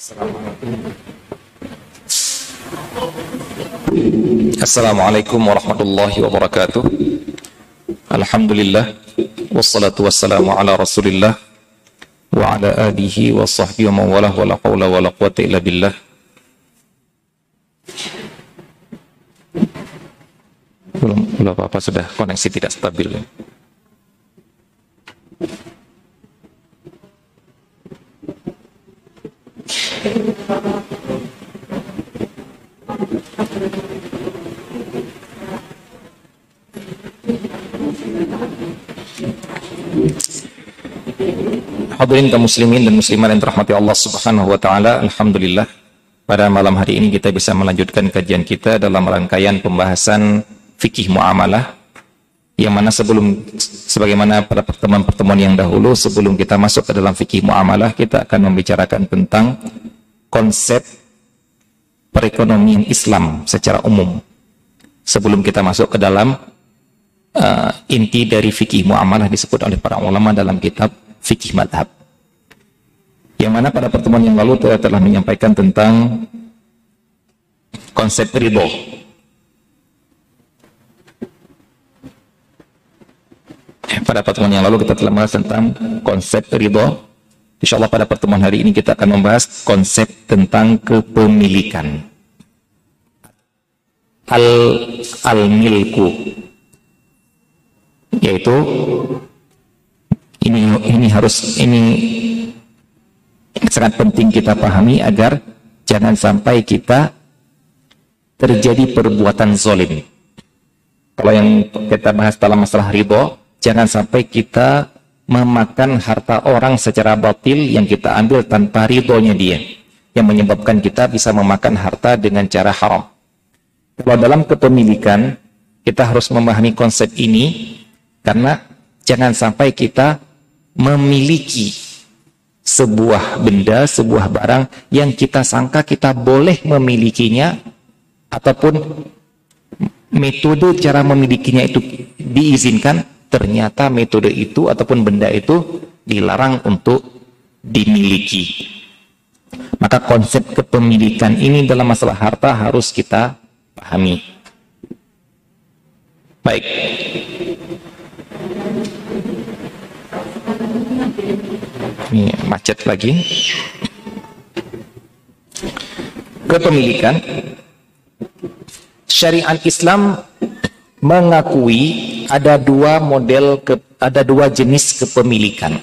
Assalamualaikum warahmatullahi wabarakatuh. Alhamdulillah, wassalatu wassalamu ala rasulillah wa ala alihi wa sahbihi wa mawalah wa la hawla wa la quwata illa billah. Belum apa-apa, sudah koneksi tidak stabil. Hadirin kaum muslimin dan muslimat yang dirahmati Allah Subhanahu wa taala, alhamdulillah pada malam hari ini kita bisa melanjutkan kajian kita dalam rangkaian pembahasan fikih muamalah, yang mana sebagaimana pada pertemuan-pertemuan yang dahulu, sebelum kita masuk ke dalam fikih muamalah, kita akan membicarakan tentang konsep perekonomian Islam secara umum sebelum kita masuk ke dalam inti dari fikih muamalah disebut oleh para ulama dalam kitab fikih madhab, yang mana pada pertemuan yang lalu telah menyampaikan tentang konsep ridho. Pada pertemuan yang lalu kita telah membahas tentang konsep ridho. Insyaallah pada pertemuan hari ini kita akan membahas konsep tentang kepemilikan, al-milku, yaitu ini sangat penting kita pahami agar jangan sampai kita terjadi perbuatan zalim. Kalau yang kita bahas dalam masalah ridho, jangan sampai kita memakan harta orang secara batil yang kita ambil tanpa ridhonya dia, yang menyebabkan kita bisa memakan harta dengan cara haram. Kalau dalam kepemilikan, kita harus memahami konsep ini, karena jangan sampai kita memiliki sebuah benda, sebuah barang yang kita sangka kita boleh memilikinya, ataupun metode cara memilikinya itu diizinkan, ternyata metode itu ataupun benda itu dilarang untuk dimiliki. Maka konsep kepemilikan ini dalam masalah harta harus kita pahami. Baik. Ini macet lagi. Kepemilikan, syariat Islam mengakui ada dua jenis kepemilikan,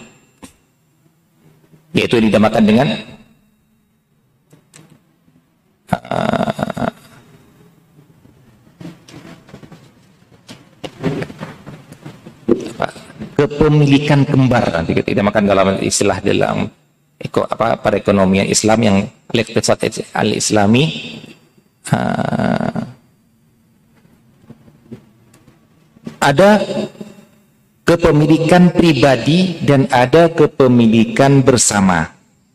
yaitu dinamakan dengan kepemilikan kembar, nanti kita dinamakan dalam istilah dalam perekonomian Islam yang al-iqtisad al-Islami, ada kepemilikan pribadi dan ada kepemilikan bersama.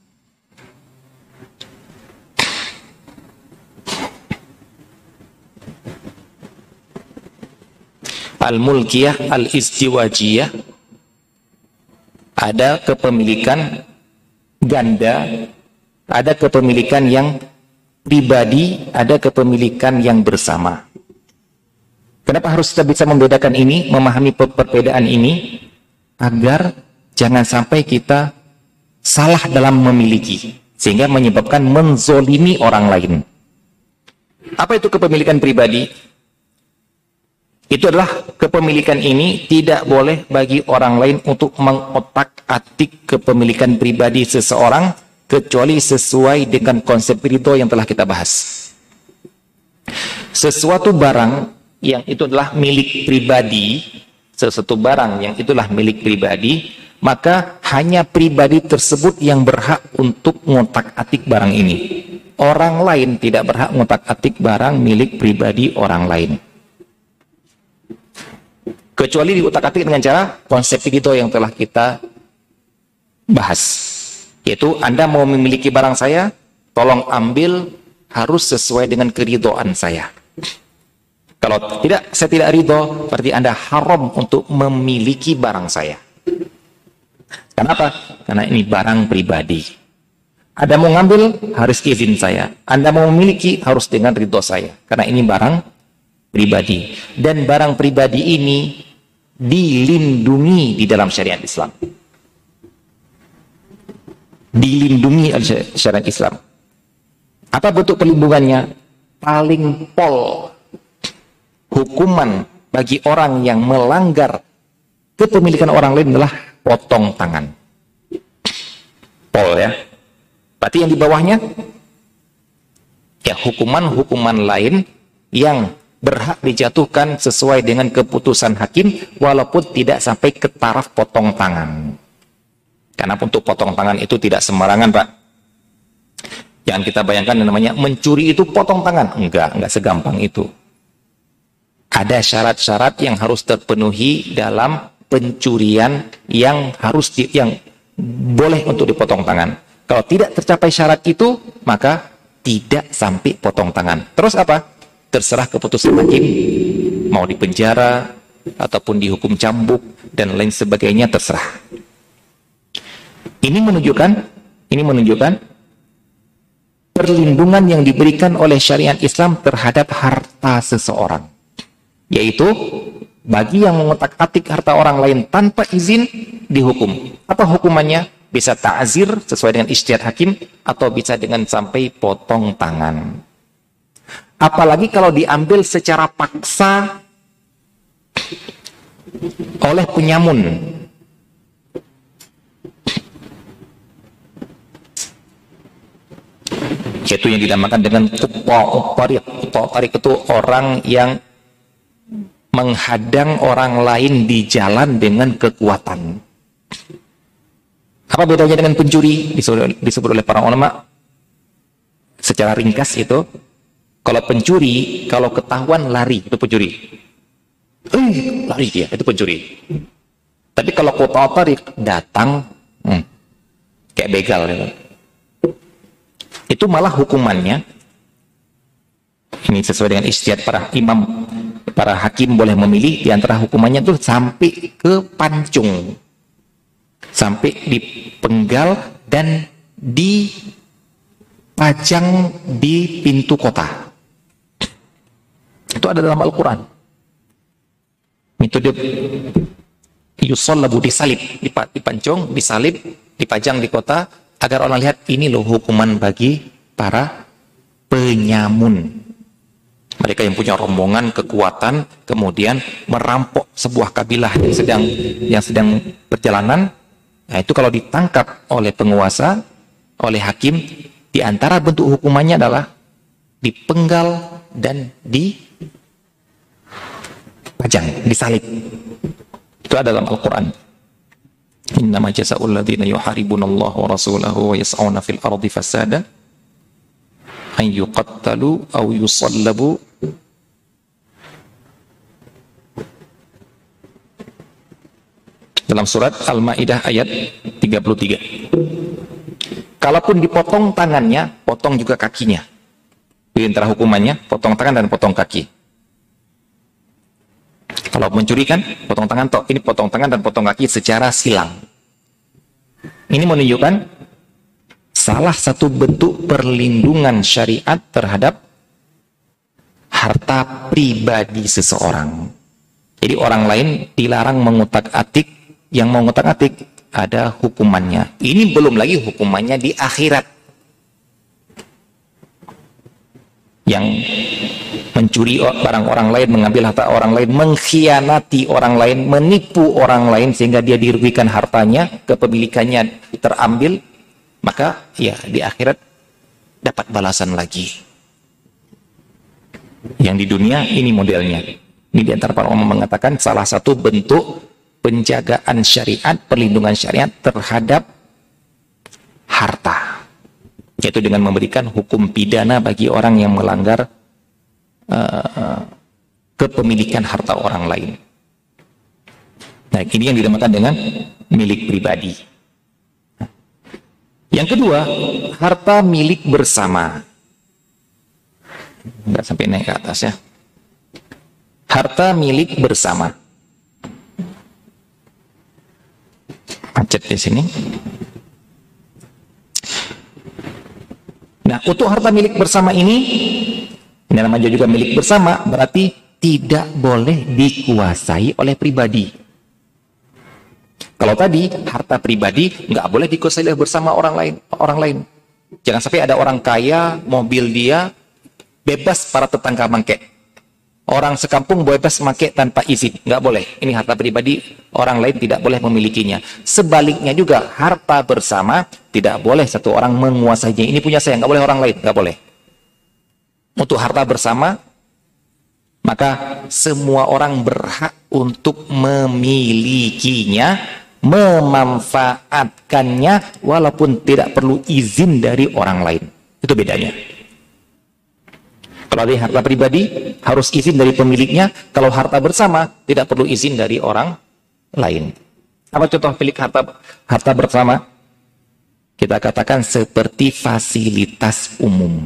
Al-mulkiyah, al-istiwajiyah, ada kepemilikan ganda, ada kepemilikan yang pribadi, ada kepemilikan yang bersama. Kenapa harus kita bisa membedakan ini, memahami perbedaan ini, agar jangan sampai kita salah dalam memiliki, sehingga menyebabkan menzolimi orang lain. Apa itu kepemilikan pribadi? Itu adalah kepemilikan ini tidak boleh bagi orang lain untuk mengotak-atik kepemilikan pribadi seseorang, kecuali sesuai dengan konsep ridho yang telah kita bahas. Sesuatu barang yang itu adalah milik pribadi, sesuatu barang yang itulah milik pribadi, maka hanya pribadi tersebut yang berhak untuk ngotak-atik barang ini. Orang lain tidak berhak ngotak-atik barang milik pribadi orang lain, kecuali diutak-atik dengan cara konsep ridho yang telah kita bahas, yaitu Anda mau memiliki barang saya, tolong ambil, harus sesuai dengan keridhoan saya. Kalau tidak, saya tidak ridho, berarti Anda haram untuk memiliki barang saya. Kenapa? Karena ini barang pribadi. Anda mau ngambil, harus izin saya. Anda mau memiliki, harus dengan ridho saya. Karena ini barang pribadi. Dan barang pribadi ini dilindungi di dalam syariat Islam. Dilindungi oleh syariat Islam. Apa bentuk perlindungannya? Paling pol hukuman bagi orang yang melanggar kepemilikan orang lain adalah potong tangan. Pol ya. Berarti yang di bawahnya ya hukuman-hukuman lain yang berhak dijatuhkan sesuai dengan keputusan hakim walaupun tidak sampai ke taraf potong tangan. Karena untuk potong tangan itu tidak sembarangan, Pak. Jangan kita bayangkan yang namanya mencuri itu potong tangan. Enggak segampang itu. Ada syarat-syarat yang harus terpenuhi dalam pencurian yang boleh untuk dipotong tangan. Kalau tidak tercapai syarat itu, maka tidak sampai potong tangan. Terus apa? Terserah keputusan hakim, mau dipenjara ataupun dihukum cambuk dan lain sebagainya, terserah. Ini menunjukkan perlindungan yang diberikan oleh syariat Islam terhadap harta seseorang, yaitu bagi yang mengotak-atik harta orang lain tanpa izin dihukum. Apa hukumannya? Bisa ta'zir sesuai dengan ijtihad hakim atau bisa dengan sampai potong tangan. Apalagi kalau diambil secara paksa oleh penyamun. Yaitu yang dinamakan dengan qutta' tariq itu orang yang menghadang orang lain di jalan dengan kekuatan. Apa bedanya dengan pencuri? Disebut oleh para ulama secara ringkas itu, kalau pencuri, kalau ketahuan lari, itu pencuri. Lari dia, itu pencuri. Tapi kalau qutta' tariq datang, kayak begal gitu. Itu malah hukumannya, ini sesuai dengan ijtihad para imam, para hakim boleh memilih di antara hukumannya itu sampai ke pancung, sampai dipenggal dan dipajang di pintu kota. Itu ada dalam Al-Quran. Metode yusallabu, disalib, dipancung, disalib, dipajang di kota agar orang lihat ini loh hukuman bagi para penyamun. Mereka yang punya rombongan kekuatan kemudian merampok sebuah kabilah yang sedang perjalanan. Nah, itu kalau ditangkap oleh penguasa, oleh hakim, di antara bentuk hukumannya adalah dipenggal dan dipajang, disalib. Itu ada dalam Al-Quran. Innama jazaa'ul ladzina yuharibunallaha wa rasulahu wa yas'auna fil ardi fasada an yuqattalu aw yusallabu dalam surat Al-Maidah ayat 33. Kalaupun dipotong tangannya, potong juga kakinya. Di antara hukumannya, potong tangan dan potong kaki. Kalau mencuri kan, potong tangan toh. Ini potong tangan dan potong kaki secara silang. Ini menunjukkan salah satu bentuk perlindungan syariat terhadap harta pribadi seseorang. Jadi orang lain dilarang mengutak-atik, yang mengutak-atik ada hukumannya. Ini belum lagi hukumannya di akhirat. Yang mencuri barang orang lain, mengambil harta orang lain, mengkhianati orang lain, menipu orang lain sehingga dia dirugikan hartanya, kepemilikannya terambil, maka ya di akhirat dapat balasan lagi. Yang di dunia ini modelnya. Ini di antara para ulama mengatakan salah satu bentuk penjagaan syariat, perlindungan syariat terhadap harta, yaitu dengan memberikan hukum pidana bagi orang yang melanggar kepemilikan harta orang lain. Nah, ini yang dinamakan dengan milik pribadi. Yang kedua, harta milik bersama. Enggak sampai naik ke atas ya. Harta milik bersama. Macet di sini. Nah, untuk harta milik bersama ini namanya juga milik bersama, berarti tidak boleh dikuasai oleh pribadi. Kalau tadi harta pribadi nggak boleh dikuasai bersama orang lain. Jangan sampai ada orang kaya, mobil dia bebas para tetangga make. Orang sekampung bebas make tanpa izin, nggak boleh. Ini harta pribadi, orang lain tidak boleh memilikinya. Sebaliknya juga harta bersama tidak boleh satu orang menguasainya. Ini punya saya, nggak boleh orang lain, nggak boleh. Untuk harta bersama, maka semua orang berhak untuk memilikinya, memanfaatkannya, walaupun tidak perlu izin dari orang lain. Itu bedanya. Kalau ada harta pribadi, harus izin dari pemiliknya. Kalau harta bersama, tidak perlu izin dari orang lain. Apa contoh milik harta bersama? Kita katakan seperti fasilitas umum.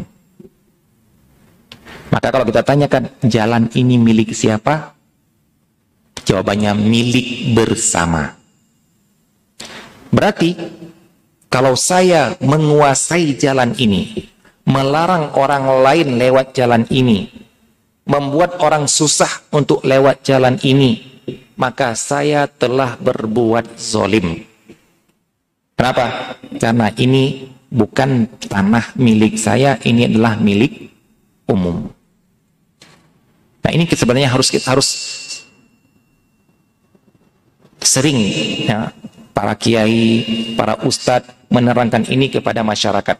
Maka kalau kita tanyakan, jalan ini milik siapa? Jawabannya milik bersama. Berarti, kalau saya menguasai jalan ini, melarang orang lain lewat jalan ini, membuat orang susah untuk lewat jalan ini, maka saya telah berbuat zalim. Kenapa? Karena ini bukan tanah milik saya, ini adalah milik umum. Nah, ini sebenarnya harus sering ya, para kiai, para ustadz menerangkan ini kepada masyarakat.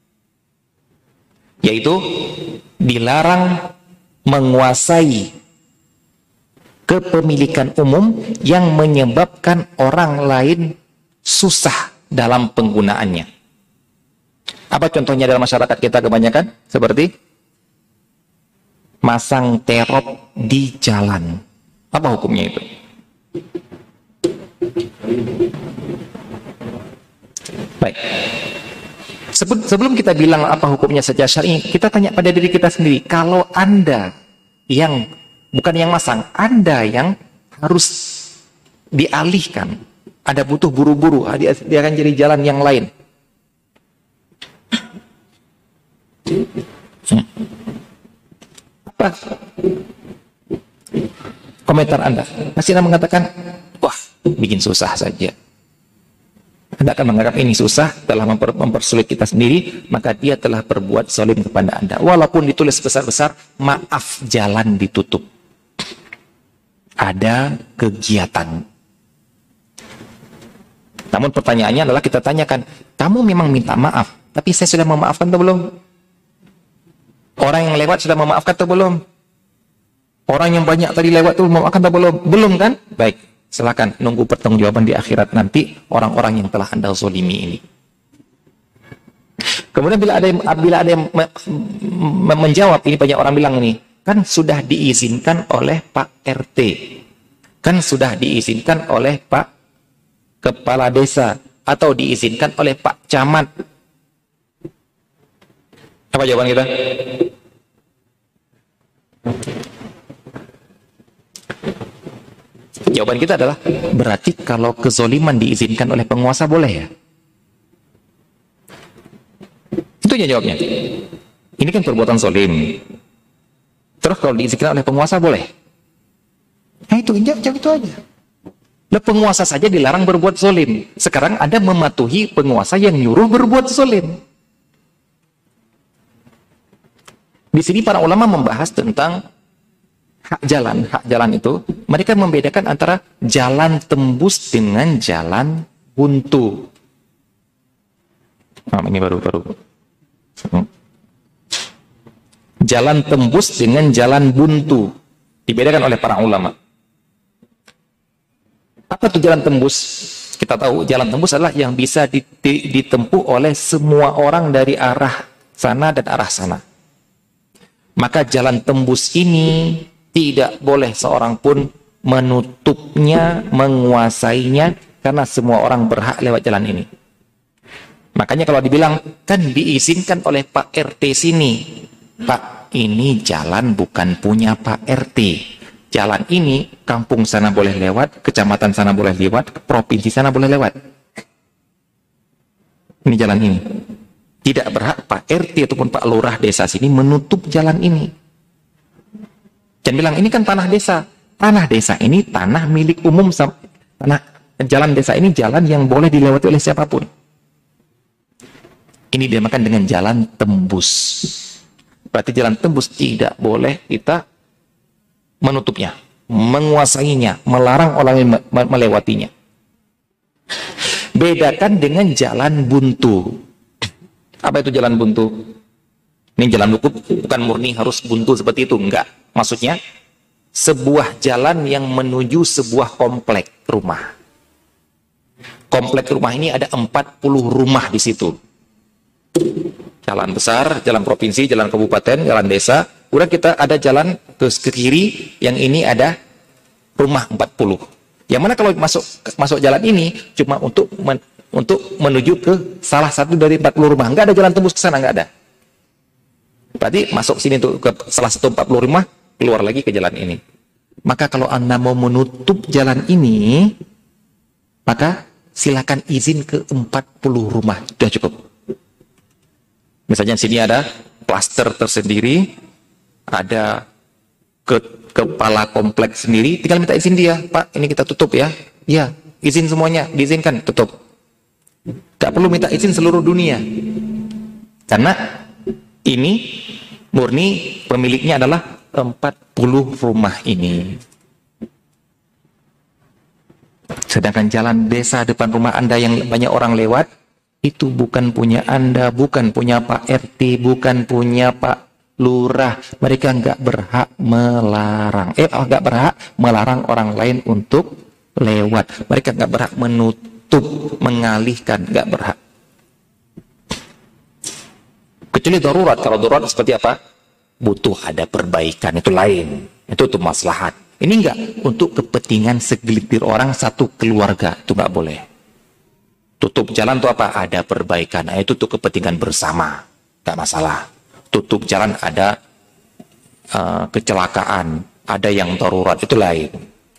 Yaitu dilarang menguasai kepemilikan umum yang menyebabkan orang lain susah dalam penggunaannya. Apa contohnya dalam masyarakat kita kebanyakan? Seperti masang terop di jalan. Apa hukumnya itu? Baik. Sebelum kita bilang apa hukumnya secara syar'i, kita tanya pada diri kita sendiri. Kalau Anda yang bukan yang masang, Anda yang harus dialihkan, Anda butuh buru-buru, dia akan jadi jalan yang lain. Apa komentar Anda? Pasti Anda mengatakan, wah, bikin susah saja. Anda akan menganggap ini susah, telah mempersulit kita sendiri, maka dia telah berbuat zalim kepada Anda. Walaupun ditulis besar-besar, maaf, jalan ditutup. Ada kegiatan. Namun pertanyaannya adalah kita tanyakan, kamu memang minta maaf, tapi saya sudah memaafkan atau belum? Orang yang lewat sudah memaafkan atau belum? Orang yang banyak tadi lewat itu memaafkan atau belum? Belum kan? Baik. Silakan nunggu pertanggungjawaban di akhirat nanti orang-orang yang telah Anda zalimi ini. Kemudian bila ada yang menjawab, ini banyak orang bilang ini, kan sudah diizinkan oleh Pak RT. Kan sudah diizinkan oleh Pak Kepala Desa atau diizinkan oleh Pak Camat. Apa jawaban kita? Jawaban kita adalah, berarti kalau kezoliman diizinkan oleh penguasa boleh ya? Itu aja jawabnya. Ini kan perbuatan zolim. Terus kalau diizinkan oleh penguasa boleh? Nah itu, jawab itu aja. Lah penguasa saja dilarang berbuat zolim. Sekarang Anda mematuhi penguasa yang nyuruh berbuat zolim. Di sini para ulama membahas tentang hak jalan itu, mereka membedakan antara jalan tembus dengan jalan buntu. Ini baru. Jalan tembus dengan jalan buntu dibedakan oleh para ulama. Apa itu jalan tembus? Kita tahu jalan tembus adalah yang bisa ditempuh oleh semua orang dari arah sana dan arah sana. Maka jalan tembus ini tidak boleh seorang pun menutupnya, menguasainya, karena semua orang berhak lewat jalan ini. Makanya kalau dibilang, kan diizinkan oleh Pak RT sini. Pak, ini jalan bukan punya Pak RT. Jalan ini, kampung sana boleh lewat, kecamatan sana boleh lewat, provinsi sana boleh lewat. Ini jalan ini. Tidak berhak Pak RT ataupun Pak Lurah desa sini menutup jalan ini. Jangan bilang ini kan tanah desa. Tanah desa ini tanah milik umum. Jalan desa ini jalan yang boleh dilewati oleh siapapun. Ini dinamakan dengan jalan tembus. Berarti jalan tembus tidak boleh kita menutupnya, menguasainya, melarang orang yang melewatinya. Bedakan dengan jalan buntu. Apa itu jalan buntu? Ini jalan buntu bukan murni harus buntu seperti itu, enggak. Maksudnya sebuah jalan yang menuju sebuah komplek rumah. Komplek rumah ini ada 40 rumah di situ. Jalan besar, jalan provinsi, jalan kabupaten, jalan desa. Udah kita ada jalan ke kiri, yang ini ada rumah 40. Yang mana kalau masuk jalan ini cuma untuk menuju ke salah satu dari 40 rumah. Enggak ada jalan tembus ke sana, enggak ada. Berarti masuk sini tuh ke salah satu 40 rumah, keluar lagi ke jalan ini. Maka kalau Anda mau menutup jalan ini, maka silakan izin ke 40 rumah. Sudah cukup. Misalnya sini ada klaster tersendiri, ada kepala kompleks sendiri, tinggal minta izin dia, Pak, ini kita tutup ya. Iya, izin semuanya, diizinkan, tutup. Gak perlu minta izin seluruh dunia. Karena ini murni pemiliknya adalah 40 rumah ini. Sedangkan jalan desa depan rumah Anda yang banyak orang lewat, itu bukan punya Anda, bukan punya Pak RT, bukan punya Pak Lurah. Mereka nggak berhak melarang. Nggak berhak melarang orang lain untuk lewat. Mereka nggak berhak menutup, mengalihkan, nggak berhak. Kecuali darurat. Kalau darurat seperti apa? Butuh ada perbaikan, itu lain. Itu untuk maslahat. Ini enggak untuk kepentingan segelintir orang, satu keluarga. Itu enggak boleh. Tutup jalan itu apa? Ada perbaikan. Nah, itu untuk kepentingan bersama. Enggak masalah. Tutup jalan ada kecelakaan. Ada yang darurat. Itu lain.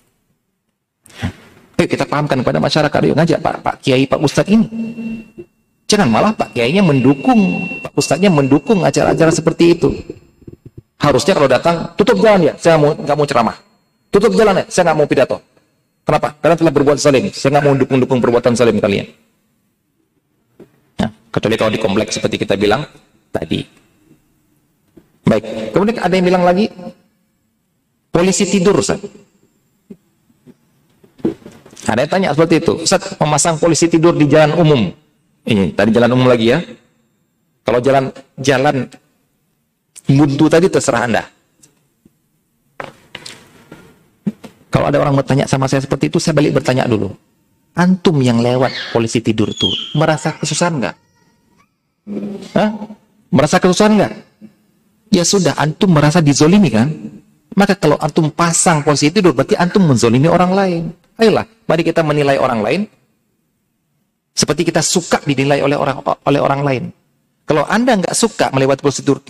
Yuk kita pahamkan kepada masyarakat. Yuk ngajak Pak Kiai, Pak Ustadz ini. Jangan malah Pak Kiainya mendukung, Pak Ustadznya mendukung acara-acara seperti itu. Harusnya kalau datang, tutup jalan ya, saya nggak mau ceramah. Tutup jalan ya, saya nggak mau pidato. Kenapa? Karena telah berbuat zalim. Saya nggak mau dukung perbuatan zalim kalian. Nah, kecuali kalau di kompleks seperti kita bilang tadi. Baik. Kemudian ada yang bilang lagi, polisi tidur, Ustaz. Ada yang tanya seperti itu. Ustaz, memasang polisi tidur di jalan umum. Ini tadi jalan umum lagi ya. Kalau jalan buntu tadi terserah Anda. Kalau ada orang bertanya sama saya seperti itu, saya balik bertanya dulu. Antum yang lewat polisi tidur tuh merasa kesusahan nggak? Merasa kesusahan nggak? Ya sudah, antum merasa dizolimi kan? Maka kalau antum pasang polisi tidur, berarti antum menzolimi orang lain. Ayolah, mari kita menilai orang lain seperti kita suka dinilai oleh orang lain. Kalau Anda nggak suka melewati polisi tidur,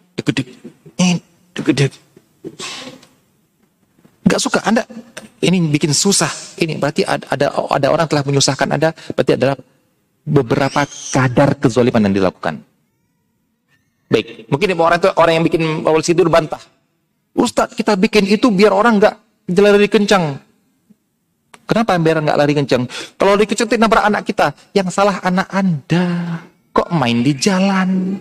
nggak suka, Anda ini bikin susah, ini berarti ada orang telah menyusahkan Anda, berarti adalah beberapa kadar kezaliman yang dilakukan. Baik, mungkin orang yang bikin polisi tidur bantah, Ustadz kita bikin itu biar orang nggak lari kencang. Kenapa biar nggak lari kencang? Kalau lari kencang nabrak anak kita, yang salah anak Anda. Kok main di jalan?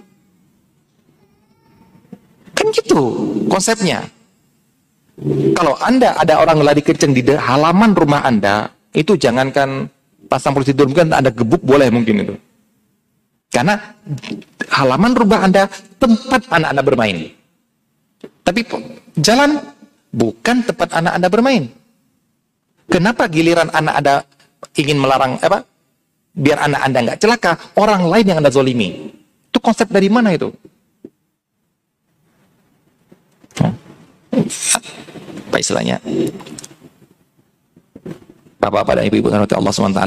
Kan gitu konsepnya. Kalau Anda ada orang lari kencang di halaman rumah Anda, itu jangankan pasang polisi tidur, mungkin ada gebuk boleh mungkin itu. Karena halaman rumah Anda tempat anak Anda bermain. Tapi jalan bukan tempat anak Anda bermain. Kenapa giliran anak Anda ingin melarang biar anak Anda nggak celaka, orang lain yang Anda zolimi? Itu konsep dari mana itu? Apa istilahnya? Bapak-bapak dan ibu-ibu rahmati Allah SWT,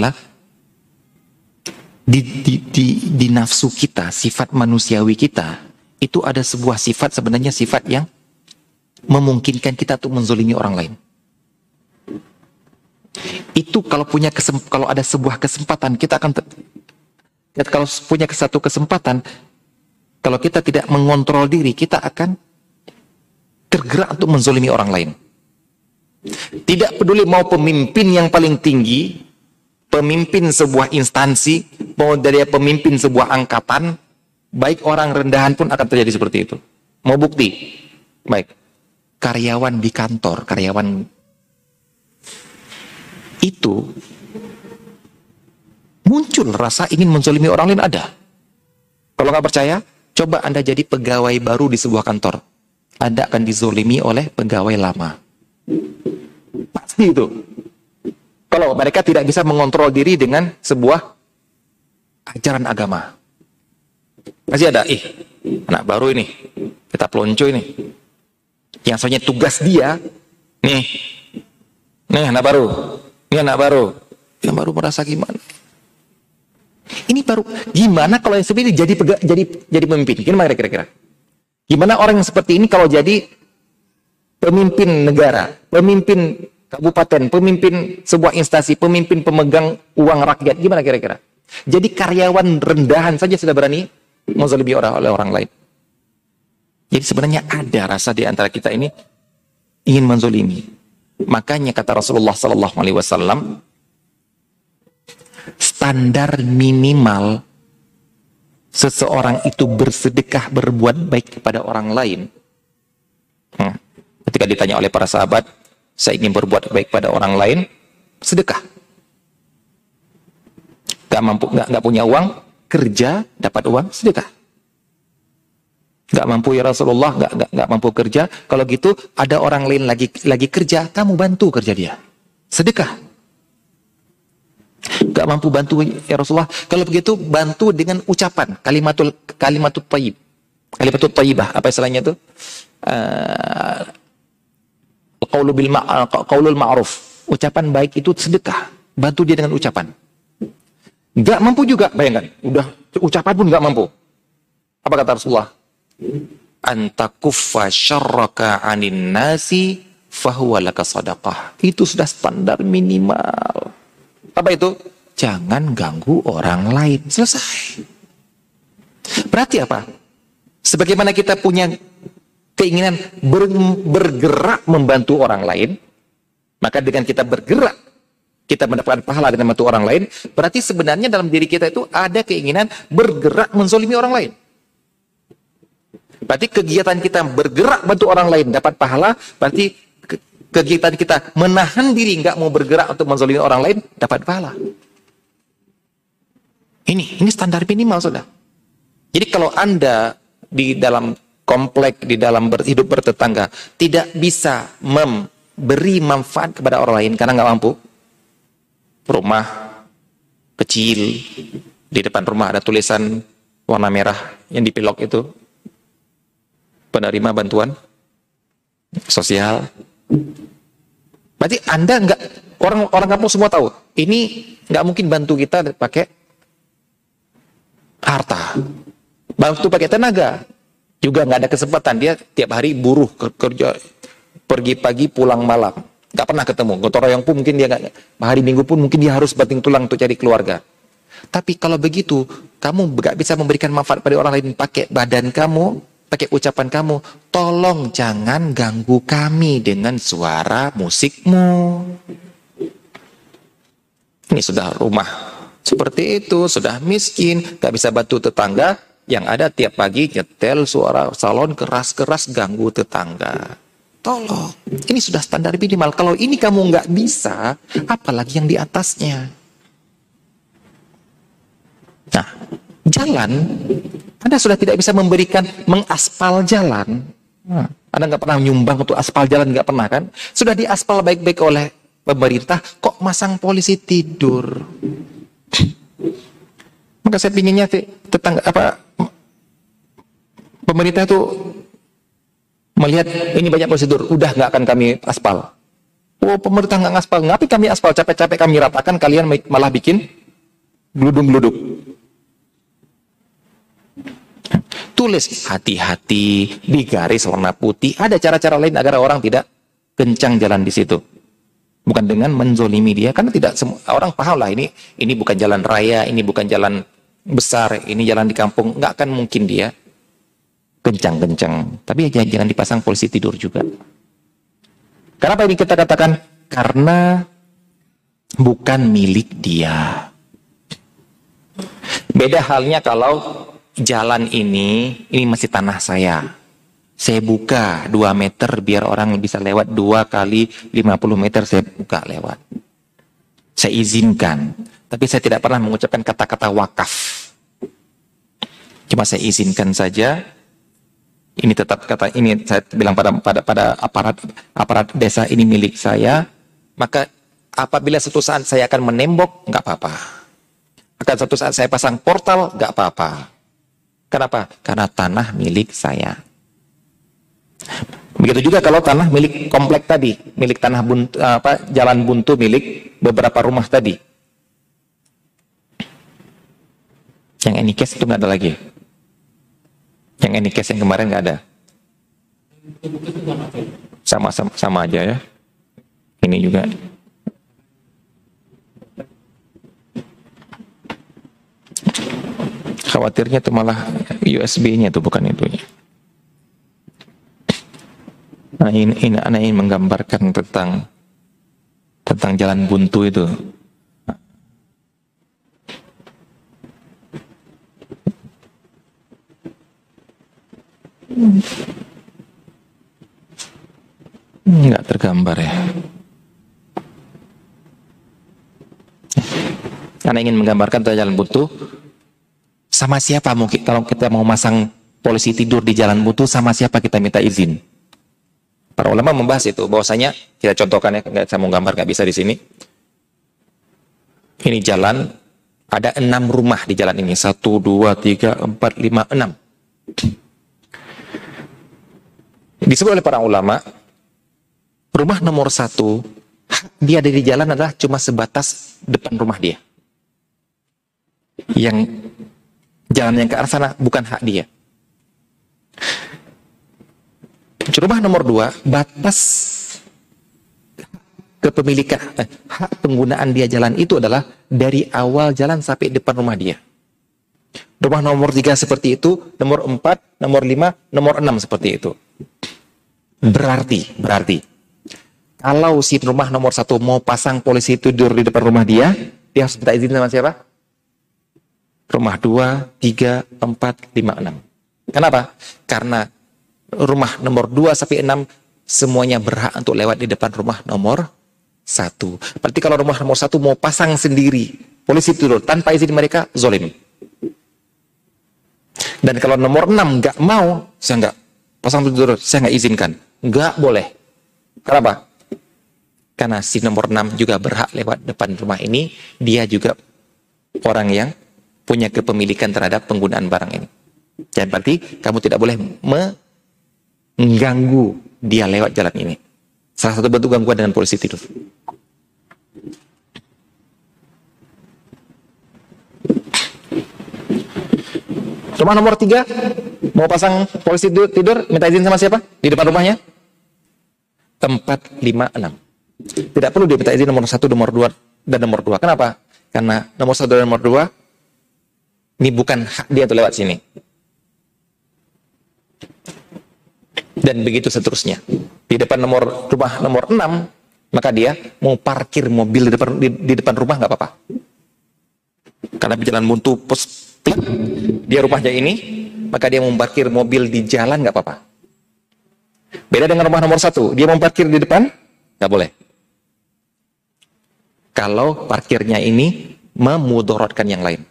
di nafsu kita, sifat manusiawi kita, itu ada sebuah sifat, sebenarnya sifat yang memungkinkan kita untuk menzolimi orang lain. Itu kalau ada sebuah kesempatan, kita akan Kalau punya satu kesempatan, kalau kita tidak mengontrol diri, kita akan tergerak untuk menzolimi orang lain. Tidak peduli mau pemimpin yang paling tinggi, pemimpin sebuah instansi, mau dari pemimpin sebuah angkatan, baik orang rendahan pun akan terjadi seperti itu. Mau bukti? Baik. Karyawan di kantor, karyawan itu muncul rasa ingin menzolimi orang lain ada. Kalau nggak percaya, coba Anda jadi pegawai baru di sebuah kantor. Anda akan dizolimi oleh pegawai lama. Pasti itu. Kalau mereka tidak bisa mengontrol diri dengan sebuah ajaran agama. Pasti ada, anak baru ini, kita pelonco ini. Yang soalnya tugas dia, nih anak baru, yang baru merasa gimana? Ini baru gimana kalau yang seperti ini jadi pemimpin? Gimana kira-kira? Gimana orang yang seperti ini kalau jadi pemimpin negara, pemimpin kabupaten, pemimpin sebuah instansi, pemimpin pemegang uang rakyat? Gimana kira-kira? Jadi karyawan rendahan saja sudah berani menzalimi oleh orang lain. Jadi sebenarnya ada rasa di antara kita ini ingin menzalimi. Makanya kata Rasulullah Sallallahu Alaihi Wasallam, standar minimal seseorang itu bersedekah, berbuat baik kepada orang lain. Ketika ditanya oleh para sahabat, saya ingin berbuat baik pada orang lain, sedekah. Gak punya uang, kerja, dapat uang, sedekah. Gak mampu ya Rasulullah, gak mampu kerja. Kalau gitu ada orang lain lagi kerja, kamu bantu kerja dia, sedekah. Gak mampu bantu ya Rasulullah, kalau begitu bantu dengan ucapan kalimatul thayyib, kalimatul thayyibah, apa istilahnya itu? Qaulul ma'ruf, ucapan baik itu sedekah. Bantu dia dengan ucapan. Gak mampu juga, bayangkan, udah ucapan pun gak mampu. Apa kata Rasulullah? Anta kuffa syarraka anin nasi fahuwa laka sadaqah. Itu sudah standar minimal. Apa itu? Jangan ganggu orang lain. Selesai. Berarti apa? Sebagaimana kita punya keinginan bergerak membantu orang lain, maka dengan kita bergerak, kita mendapatkan pahala dengan membantu orang lain, berarti sebenarnya dalam diri kita itu ada keinginan bergerak menzalimi orang lain. Berarti kegiatan kita bergerak bantu orang lain dapat pahala, berarti kegiatan kita menahan diri nggak mau bergerak untuk menzalimi orang lain dapat pahala. Ini standar minimal sudah. Jadi kalau Anda di dalam komplek, di dalam hidup bertetangga tidak bisa memberi manfaat kepada orang lain karena nggak mampu, rumah kecil, di depan rumah ada tulisan warna merah yang dipilok itu, penerima bantuan sosial. Berarti Anda nggak, orang kampung semua tahu, ini nggak mungkin bantu kita pakai harta, bantu pakai tenaga, juga nggak ada kesempatan. Dia tiap hari buruh kerja, pergi pagi pulang malam, nggak pernah ketemu. Gotong royong pun mungkin dia nggak, hari Minggu pun mungkin dia harus banting tulang untuk cari keluarga. Tapi kalau begitu, kamu nggak bisa memberikan manfaat pada orang lain pakai badan kamu, pakai ucapan kamu, tolong jangan ganggu kami dengan suara musikmu. Ini sudah rumah seperti itu, sudah miskin, gak bisa bantu tetangga, yang ada tiap pagi nyetel suara salon keras-keras ganggu tetangga. Tolong, ini sudah standar minimal. Kalau ini kamu nggak bisa, apalagi yang di atasnya. Nah, jalan, Anda sudah tidak bisa memberikan, mengaspal jalan. Anda nggak pernah nyumbang untuk aspal jalan, nggak pernah kan? Sudah diaspal baik-baik oleh pemerintah, kok masang polisi tidur? Maka saya pinginnya tetangga pemerintah itu melihat ini banyak prosedur, udah nggak akan kami aspal. Oh, pemerintah nggak ngaspal, ngapain kami aspal, capek-capek kami ratakan, kalian malah bikin geludung-geluduk. Tulis hati-hati di garis warna putih. Ada cara-cara lain agar orang tidak kencang jalan di situ. Bukan dengan menzolimi dia, karena tidak semua orang paham lah ini bukan jalan raya, ini bukan jalan besar, ini jalan di kampung, nggak akan mungkin dia kencang-kencang. Tapi ya jangan dipasang polisi tidur juga. Kenapa ini kita katakan? Karena bukan milik dia. Beda halnya kalau jalan ini masih tanah saya. Saya buka 2 meter biar orang bisa lewat 2 kali 50 meter saya buka lewat. Saya izinkan. Tapi saya tidak pernah mengucapkan kata-kata wakaf. Cuma saya izinkan saja. Ini tetap kata ini saya bilang pada aparat desa ini milik saya. Maka apabila suatu saat saya akan menembok, nggak apa-apa. Akan suatu saat saya pasang portal, nggak apa-apa. Kenapa? Karena tanah milik saya. Begitu juga kalau tanah milik komplek tadi, milik tanah buntu, jalan buntu milik beberapa rumah tadi. Yang Anycase itu nggak ada lagi. Yang Anycase yang kemarin nggak ada. Sama aja ya. Ini juga. Khawatirnya itu malah USB-nya tuh bukan itu. Nah, ini anak ingin menggambarkan tentang jalan buntu itu. Nggak tergambar ya. Karena ingin menggambarkan tentang jalan buntu, sama siapa mungkin kalau kita mau masang polisi tidur di jalan buntu, sama siapa kita minta izin? Para ulama membahas itu, bahwasanya kita contohkan ya, nggak saya mau gambar nggak bisa di sini. Ini jalan, ada 6 rumah di jalan ini, 1, 2, 3, 4, 5, 6. Disebut oleh para ulama, rumah nomor 1, dia ada di jalan adalah cuma sebatas depan rumah dia. Yang jalan yang ke arah sana bukan hak dia. Rumah nomor 2, batas kepemilikan, hak penggunaan dia jalan itu adalah dari awal jalan sampai depan rumah dia. Rumah nomor 3 seperti itu, nomor 4, nomor 5, nomor 6 seperti itu. Berarti kalau si rumah nomor 1 mau pasang polisi tidur di depan rumah dia harus minta izin sama siapa? Rumah 2, 3, 4, 5, 6. Kenapa? Karena rumah nomor 2 sampai 6 semuanya berhak untuk lewat di depan rumah nomor 1. Berarti kalau rumah nomor 1 mau pasang sendiri polisi tidur tanpa izin mereka, zolim. Dan kalau nomor 6 nggak mau, saya nggak pasang tidur, saya nggak izinkan. Nggak boleh. Kenapa? Karena si nomor 6 juga berhak lewat depan rumah ini, dia juga orang yang punya kepemilikan terhadap penggunaan barang ini. Jadi berarti kamu tidak boleh mengganggu dia lewat jalan ini. Salah satu bentuk gangguan dengan polisi tidur. Rumah nomor 3 mau pasang polisi tidur, minta izin sama siapa? Di depan rumahnya? Tempat 5, 6. Tidak perlu dia minta izin nomor 1, nomor 2, dan nomor 2. Kenapa? Karena nomor 1 dan nomor 2 ini bukan hak dia untuk lewat sini. Dan begitu seterusnya. Di depan rumah nomor 6, maka dia mau parkir mobil di depan rumah nggak apa-apa. Karena di jalan buntu dia rumahnya ini, maka dia mau parkir mobil di jalan nggak apa-apa. Beda dengan rumah nomor 1, dia mau parkir di depan nggak boleh. Kalau parkirnya ini memudorotkan yang lain.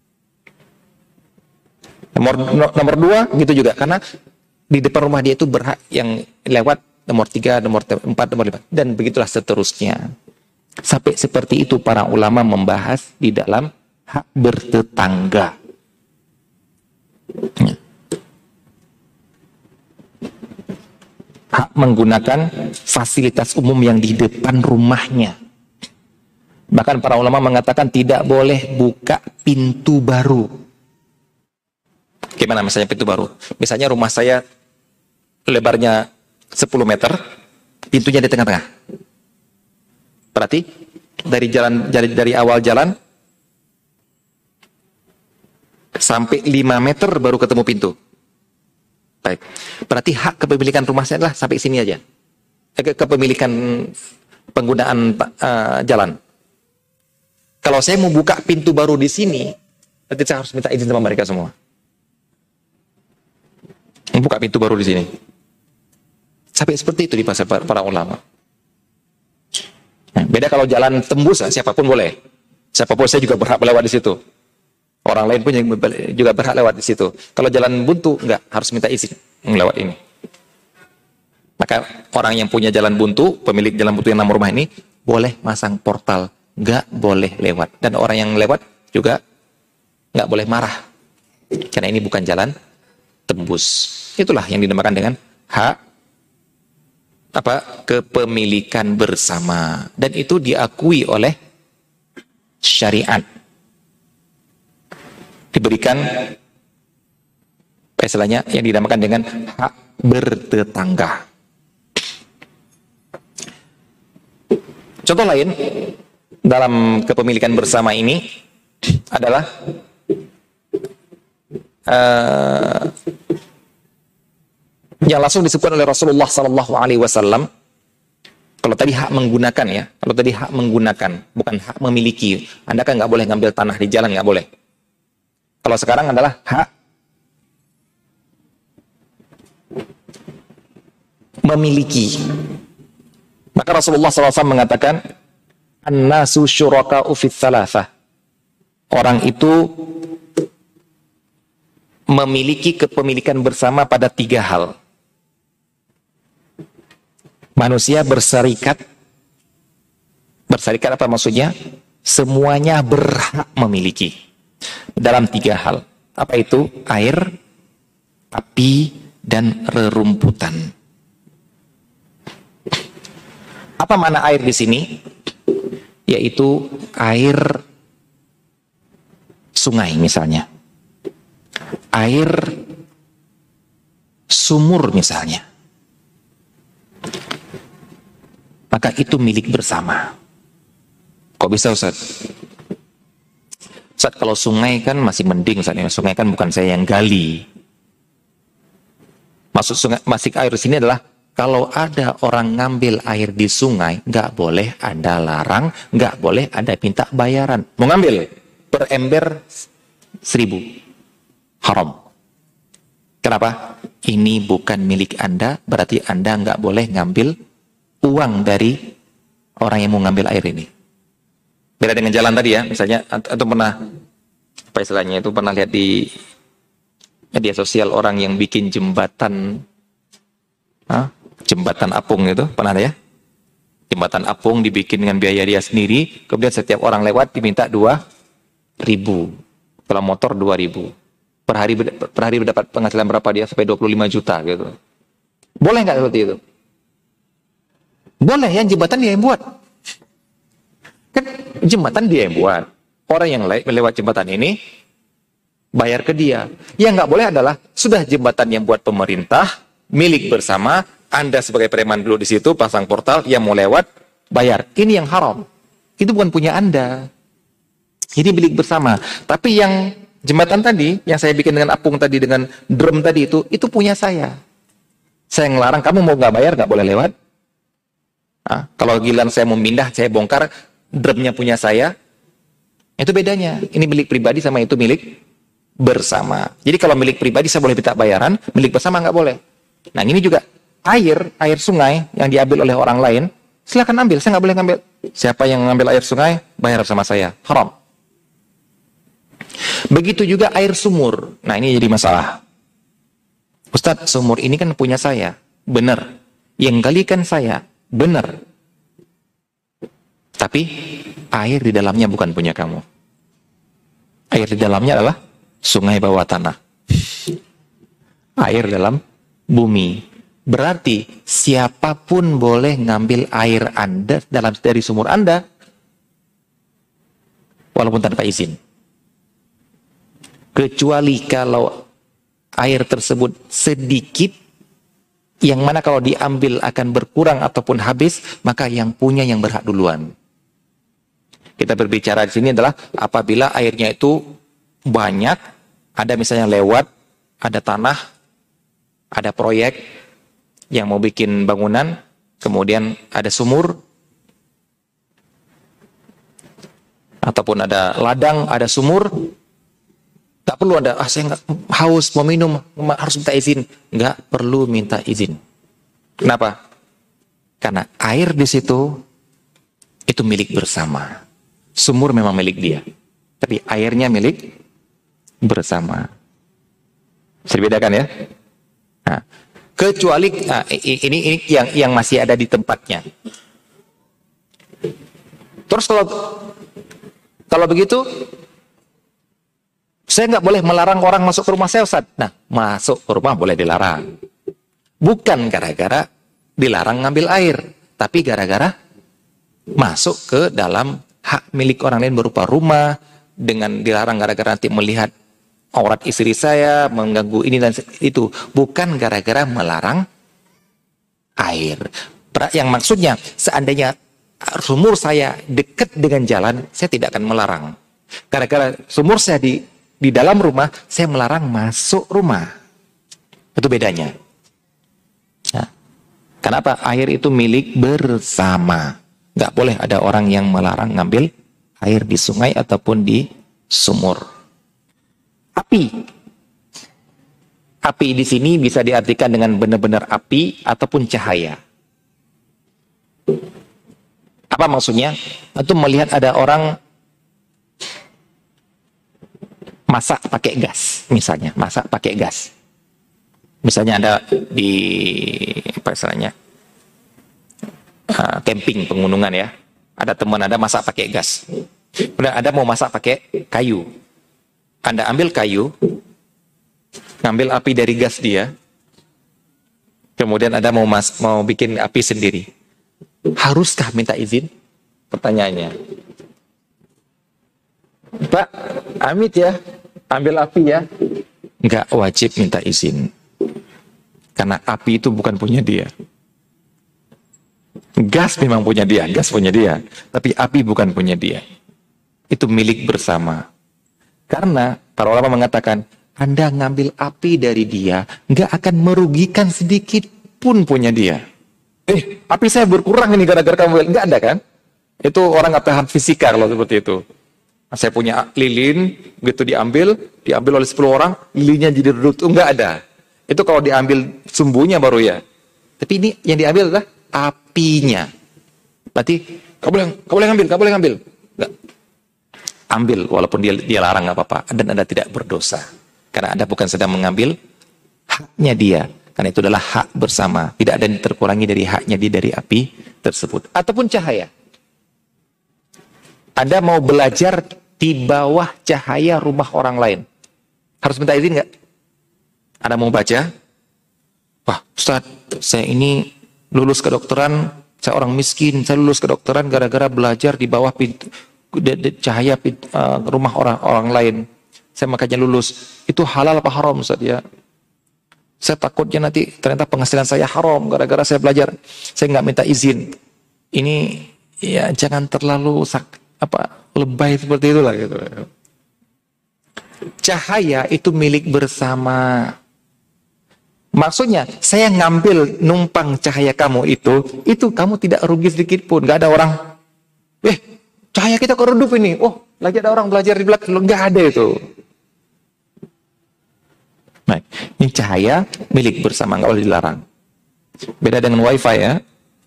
Nomor 2 gitu juga, karena di depan rumah dia itu berhak yang lewat nomor 3, nomor 4, nomor 5, dan begitulah seterusnya. Sampai seperti itu para ulama membahas di dalam hak bertetangga. Hak menggunakan fasilitas umum yang di depan rumahnya. Bahkan para ulama mengatakan tidak boleh buka pintu baru. Gimana misalnya pintu baru? Misalnya rumah saya lebarnya 10 meter, pintunya di tengah-tengah. Berarti dari awal jalan Sampai 5 meter baru ketemu pintu. Baik. Berarti hak kepemilikan rumah saya adalah sampai sini aja. Kepemilikan penggunaan jalan. Kalau saya mau buka pintu baru di sini, berarti saya harus minta izin sama mereka semua. Membuka pintu baru di sini. Sampai seperti itu di pasar para ulama. Nah, beda kalau jalan tembus, siapapun boleh. Siapapun, saya juga berhak lewat di situ. Orang lain pun juga berhak lewat di situ. Kalau jalan buntu, enggak, harus minta izin melewat ini. Maka orang yang punya jalan buntu, pemilik jalan buntu yang nama rumah ini, boleh masang portal, enggak boleh lewat. Dan orang yang lewat juga enggak boleh marah. Karena ini bukan jalan tembus. Itulah yang dinamakan dengan hak kepemilikan bersama, dan itu diakui oleh syariat. Diberikan istilahnya yang dinamakan dengan hak bertetangga. Contoh lain dalam kepemilikan bersama ini adalah yang langsung disebutkan oleh Rasulullah Sallallahu Alaihi Wasallam. Kalau tadi hak menggunakan ya, kalau tadi hak menggunakan, bukan hak memiliki. Anda kan nggak boleh ngambil tanah di jalan, nggak boleh. Kalau sekarang adalah hak memiliki. Maka Rasulullah SAW mengatakan, an-nasu syuraka'u fits tsalatsah. Orang itu memiliki kepemilikan bersama pada 3 hal. Manusia berserikat. Berserikat apa maksudnya? Semuanya berhak memiliki. Dalam 3 hal. Apa itu? Air, api, dan rerumputan. Apa makna air di sini? Yaitu air sungai misalnya. Air sumur misalnya. Maka itu milik bersama. Kok bisa Ustaz? Ustaz, kalau sungai kan masih mending Ustaz. Sungai kan bukan saya yang gali. Maksud sungai, masih air di sini adalah kalau ada orang ngambil air di sungai, nggak boleh ada larang, nggak boleh ada minta bayaran. Mau ngambil per ember 1.000, haram. Kenapa? Ini bukan milik Anda, berarti Anda nggak boleh ngambil uang dari orang yang mau ngambil air ini. Beda dengan jalan tadi ya, misalnya atau pernah apa istilahnya itu pernah lihat di media sosial orang yang bikin jembatan apung itu, pernah ada ya? Jembatan apung dibikin dengan biaya dia sendiri, kemudian setiap orang lewat diminta 2.000. Kalau motor 2.000. Per hari mendapat penghasilan berapa dia? Sampai 25 juta gitu. Boleh nggak seperti itu? Boleh, yang jembatan dia yang buat. Kan jembatan dia yang buat. Orang yang lewat jembatan ini bayar ke dia. Yang nggak boleh adalah sudah jembatan yang buat pemerintah, milik bersama, Anda sebagai preman dulu di situ pasang portal, yang mau lewat bayar. Ini yang haram. Itu bukan punya Anda. Ini milik bersama. Tapi yang jembatan tadi, yang saya bikin dengan apung tadi, dengan drum tadi itu punya saya. Saya ngelarang, kamu mau nggak bayar, nggak boleh lewat. Kalau giliran saya mau pindah, saya bongkar, drumnya punya saya, itu bedanya. Ini milik pribadi sama itu milik bersama. Jadi kalau milik pribadi saya boleh minta bayaran, milik bersama nggak boleh. Nah ini juga air sungai yang diambil oleh orang lain, silakan ambil, saya nggak boleh ngambil. Siapa yang ngambil air sungai, bayar sama saya, haram. Begitu juga air sumur. Nah ini jadi masalah. Ustadz, sumur ini kan punya saya, benar. Yang galikan saya, benar. Tapi air di dalamnya bukan punya kamu. Air di dalamnya adalah sungai bawah tanah. Air dalam bumi. Berarti siapapun boleh ngambil air Anda dari sumur Anda walaupun tanpa izin. Kecuali kalau air tersebut sedikit, yang mana kalau diambil akan berkurang ataupun habis, maka yang punya yang berhak duluan. Kita berbicara di sini adalah apabila airnya itu banyak, Ada misalnya lewat, ada tanah, ada proyek yang mau bikin bangunan, kemudian ada sumur, ataupun ada ladang, ada sumur, tak perlu ada, saya nggak haus, mau minum, harus minta izin. Nggak perlu minta izin. Kenapa? Karena air di situ, itu milik bersama. Sumur memang milik dia, tapi airnya milik bersama. Bisa dibedakan ya? Nah, kecuali ini yang masih ada di tempatnya. Terus kalau begitu, saya nggak boleh melarang orang masuk ke rumah saya, Ustaz. Nah, masuk ke rumah boleh dilarang. Bukan gara-gara dilarang ngambil air, tapi gara-gara masuk ke dalam hak milik orang lain berupa rumah, dengan dilarang gara-gara nanti melihat aurat istri saya, mengganggu ini dan itu. Bukan gara-gara melarang air. Yang maksudnya, seandainya sumur saya dekat dengan jalan, saya tidak akan melarang. Gara-gara sumur saya di dalam rumah, saya melarang masuk rumah. Itu bedanya. Nah, kenapa? Air itu milik bersama. Nggak boleh ada orang yang melarang ngambil air di sungai ataupun di sumur. Api di sini bisa diartikan dengan benar-benar api ataupun cahaya. Apa maksudnya? Itu melihat ada orang masak pakai gas, misalnya, masak pakai gas. Misalnya ada di apa istilahnya? Camping pegunungan ya. Ada teman Anda masak pakai gas. Kemudian Anda mau masak pakai kayu. Anda ambil kayu, ngambil api dari gas dia, kemudian Anda mau bikin api sendiri. Haruskah minta izin? Pertanyaannya. Pak, amit ya, ambil api ya. Nggak wajib minta izin. Karena api itu bukan punya dia. Gas memang punya dia, gas punya dia. Tapi api bukan punya dia. Itu milik bersama. Karena para ulama mengatakan, Anda ngambil api dari dia, nggak akan merugikan sedikit pun punya dia. Api saya berkurang ini gara-gara kamu. Nggak ada kan? Itu orang nggak paham fisika kalau seperti itu. Saya punya lilin, begitu diambil oleh 10 orang, lilinnya jadi redup. Nggak ada. Itu kalau diambil sumbunya baru ya. Tapi ini yang diambil adalah apinya. Berarti, kau boleh ngambil. Nggak. Ambil, walaupun dia larang nggak apa-apa, dan Anda tidak berdosa. Karena Anda bukan sedang mengambil haknya dia. Karena itu adalah hak bersama. Tidak ada yang terkurangi dari haknya dia dari api tersebut. Ataupun cahaya. Anda mau belajar di bawah cahaya rumah orang lain. Harus minta izin nggak? Anda mau baca? Wah, Ustaz, saya ini lulus kedokteran, saya orang miskin, saya lulus kedokteran gara-gara belajar di bawah pintu cahaya rumah orang lain. Saya makanya lulus. Itu halal apa haram, Ustaz ya? Saya takutnya nanti ternyata penghasilan saya haram gara-gara saya belajar. Saya nggak minta izin. Ini ya jangan terlalu lebay seperti itulah gitu. Cahaya itu milik bersama. Maksudnya saya ngambil numpang cahaya kamu itu kamu tidak rugi sedikit pun. Nggak ada orang, cahaya kita kok redup ini. Oh, lagi ada orang belajar di belakang. Nggak ada itu. Nah, ini cahaya milik bersama, nggak boleh dilarang. Beda dengan wifi ya.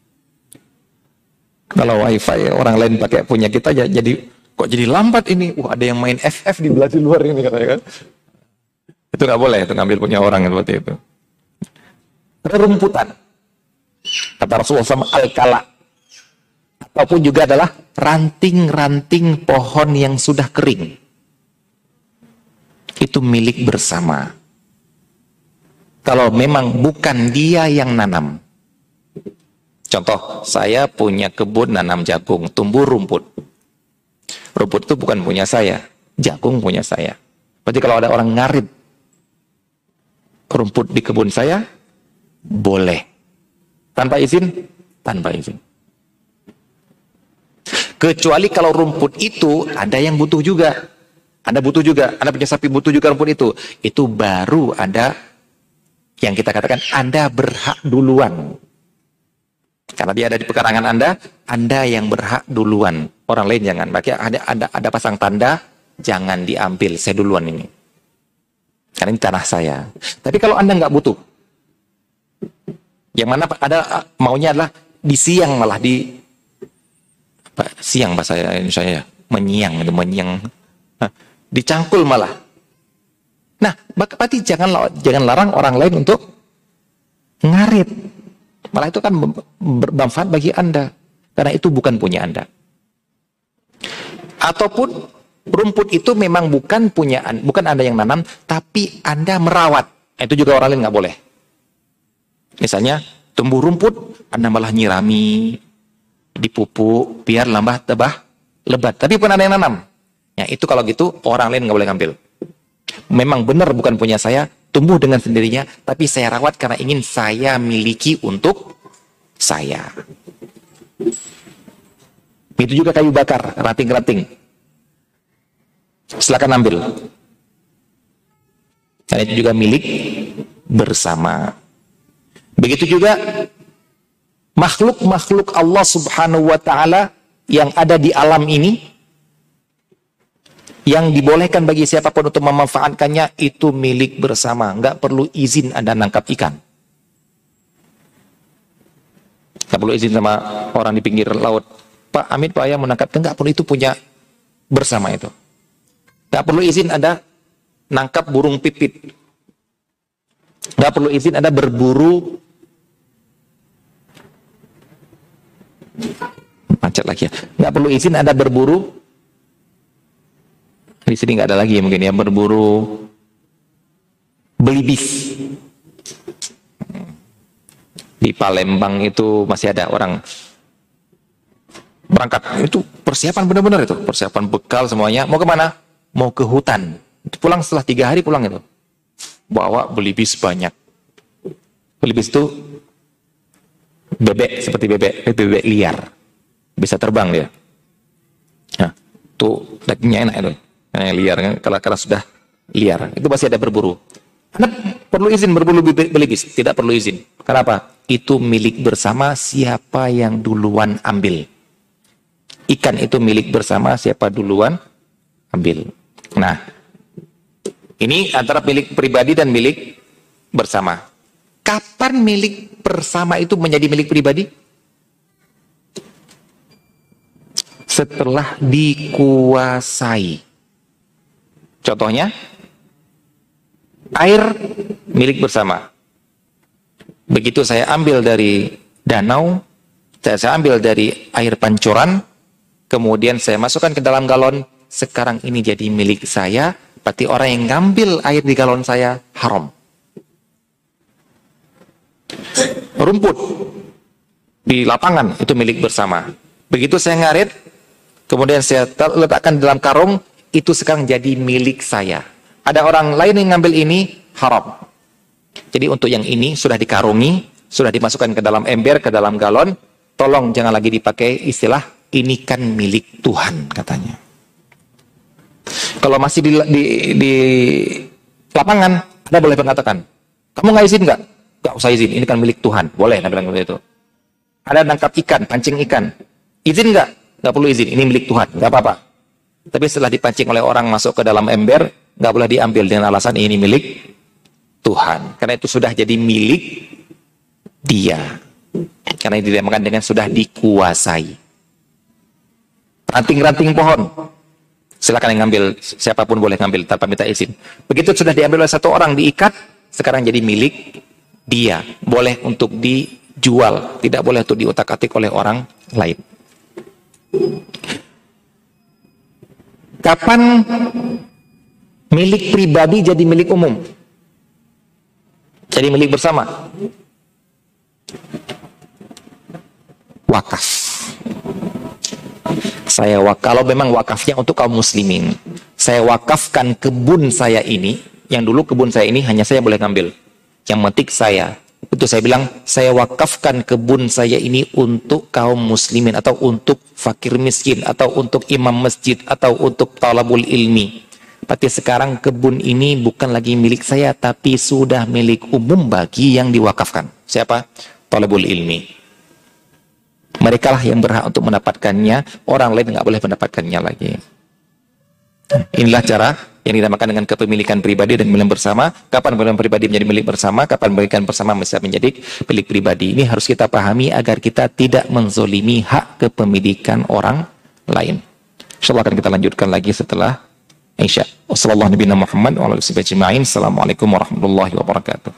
Kalau wifi orang lain pakai punya kita jadi kok jadi lambat ini. Ada yang main FF di belah di luar ini katanya kan. Itu nggak boleh, itu ngambil punya orang seperti itu. Rerumputan. Kata Rasulullah SAW, al-kala. Ataupun juga adalah ranting-ranting pohon yang sudah kering. Itu milik bersama. Kalau memang bukan dia yang nanam. Contoh, saya punya kebun nanam jagung, tumbuh rumput. Rumput itu bukan punya saya, jagung punya saya. Berarti kalau ada orang ngarit rumput di kebun saya, boleh. Tanpa izin? Tanpa izin. Kecuali kalau rumput itu ada yang butuh juga. Anda butuh juga, Anda punya sapi butuh juga rumput itu baru ada yang kita katakan Anda berhak duluan. Karena dia ada di pekarangan Anda yang berhak duluan. Orang lain jangan. Makanya ada pasang tanda, jangan diambil, saya duluan ini. Karena ini tanah saya. Tapi kalau Anda nggak butuh, yang mana ada maunya adalah di siang malah siang bahasa Indonesia ya, menyiang, dicangkul malah. Nah, berarti jangan larang orang lain untuk ngarit. Malah itu kan bermanfaat bagi Anda. Karena itu bukan punya Anda. Ataupun rumput itu memang bukan Anda yang nanam, tapi Anda merawat. Itu juga orang lain nggak boleh. Misalnya, tumbuh rumput, Anda malah nyirami, dipupuk, biar lebat. Tapi bukan Anda yang nanam. Ya, itu kalau gitu, orang lain nggak boleh ngambil. Memang benar bukan punya saya, tumbuh dengan sendirinya, tapi saya rawat karena ingin saya miliki untuk saya. Itu juga kayu bakar, ranting-ranting. Silakan ambil. Karena itu juga milik bersama. Begitu juga makhluk-makhluk Allah Subhanahu wa ta'ala yang ada di alam ini, yang dibolehkan bagi siapapun untuk memanfaatkannya, itu milik bersama. Nggak perlu izin Anda nangkap ikan. Nggak perlu izin sama orang di pinggir laut. Pak Amit, Pak Ayah menangkap. Nggak perlu, itu punya bersama itu. Nggak perlu izin Anda nangkap burung pipit. Nggak perlu izin Anda berburu. Macet lagi ya. Nggak perlu izin Anda berburu. Di sini nggak ada lagi mungkin ya, berburu belibis. Di Palembang itu masih ada orang berangkat. Itu persiapan benar-benar itu. Persiapan bekal semuanya. Mau kemana? Mau ke hutan. Itu pulang setelah 3 hari pulang itu. Bawa belibis banyak. Belibis itu bebek, seperti bebek liar. Bisa terbang dia. Nah, tuh dagingnya enak itu. Yang liar kan, kalau sudah liar itu pasti ada berburu. Anda perlu izin berburu belibis? Tidak perlu izin. Kenapa? Itu milik bersama, siapa yang duluan ambil. Ikan itu milik bersama, siapa duluan ambil. Nah, ini antara milik pribadi dan milik bersama. Kapan milik bersama itu menjadi milik pribadi? Setelah dikuasai. Contohnya, air milik bersama. Begitu saya ambil dari danau, saya ambil dari air pancuran, kemudian saya masukkan ke dalam galon, sekarang ini jadi milik saya, berarti orang yang ngambil air di galon saya haram. Rumput di lapangan itu milik bersama. Begitu saya ngarit, kemudian saya letakkan dalam karung, itu sekarang jadi milik saya. Ada orang lain yang ngambil ini, haram. Jadi untuk yang ini sudah dikarungi, sudah dimasukkan ke dalam ember, ke dalam galon, tolong jangan lagi dipakai istilah ini kan milik Tuhan katanya. Kalau masih di lapangan, Anda boleh mengatakan, kamu nggak izin nggak? Nggak usah izin, ini kan milik Tuhan. Boleh Anda bilang seperti itu. Ada nangkap ikan, pancing ikan, izin nggak? Nggak perlu izin, ini milik Tuhan, nggak apa-apa. Tapi setelah dipancing oleh orang masuk ke dalam ember, nggak boleh diambil dengan alasan ini milik Tuhan. Karena itu sudah jadi milik dia. Karena ini dinamakan dengan sudah dikuasai. Ranting-ranting pohon, silakan yang ngambil, siapapun boleh ngambil tanpa minta izin. Begitu sudah diambil oleh satu orang, diikat, sekarang jadi milik dia. Boleh untuk dijual, tidak boleh untuk diutak-atik oleh orang lain. Kapan milik pribadi jadi milik umum? Jadi milik bersama. Wakaf. Kalau memang wakafnya untuk kaum muslimin, saya wakafkan kebun saya ini, yang dulu kebun saya ini hanya saya boleh ngambil, yang metik saya. Itu saya bilang, saya wakafkan kebun saya ini untuk kaum muslimin, atau untuk fakir miskin, atau untuk imam masjid, atau untuk talabul ilmi. Berarti sekarang kebun ini bukan lagi milik saya, tapi sudah milik umum bagi yang diwakafkan. Siapa? Thalibul ilmi. Mereka lah yang berhak untuk mendapatkannya, orang lain nggak boleh mendapatkannya lagi. Inilah cara yang dinamakan dengan kepemilikan pribadi dan milik bersama. Kapan milik pribadi menjadi milik bersama, kapan milikan bersama bisa menjadi milik pribadi. Ini harus kita pahami agar kita tidak menzolimi hak kepemilikan orang lain. InsyaAllah akan kita lanjutkan lagi setelah Isya. Wassalamualaikum warahmatullahi wabarakatuh.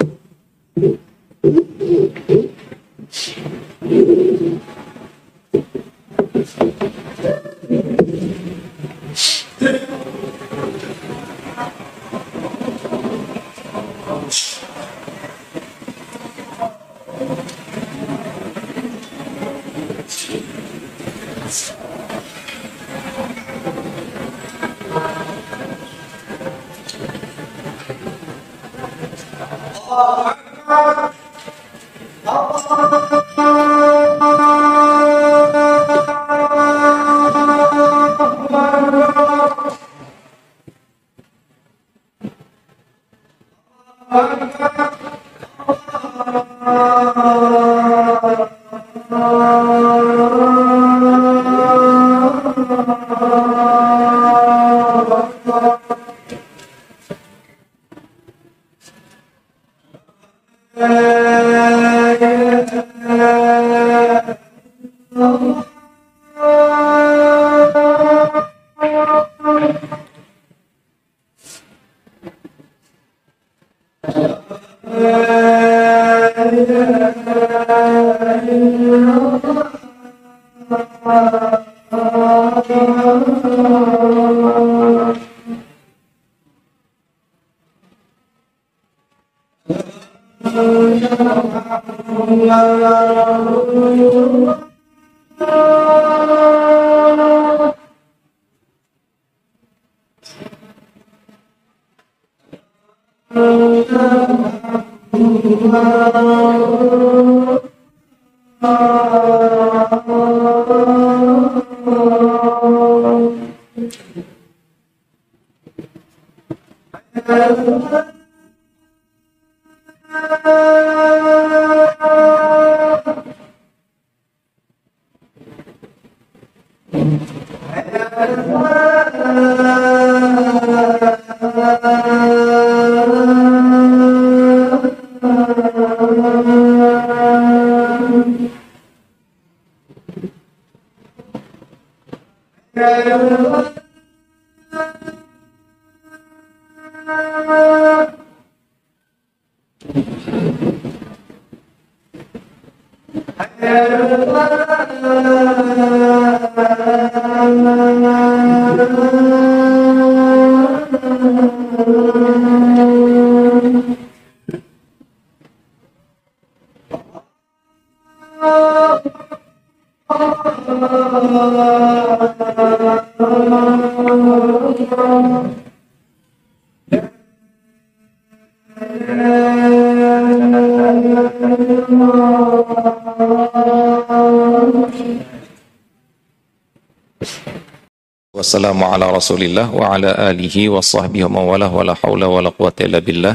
Wassalamu ala rasulillah wa ala alihi wa sahbihi wa mawalah wa la hawla wa la quwata illa billah.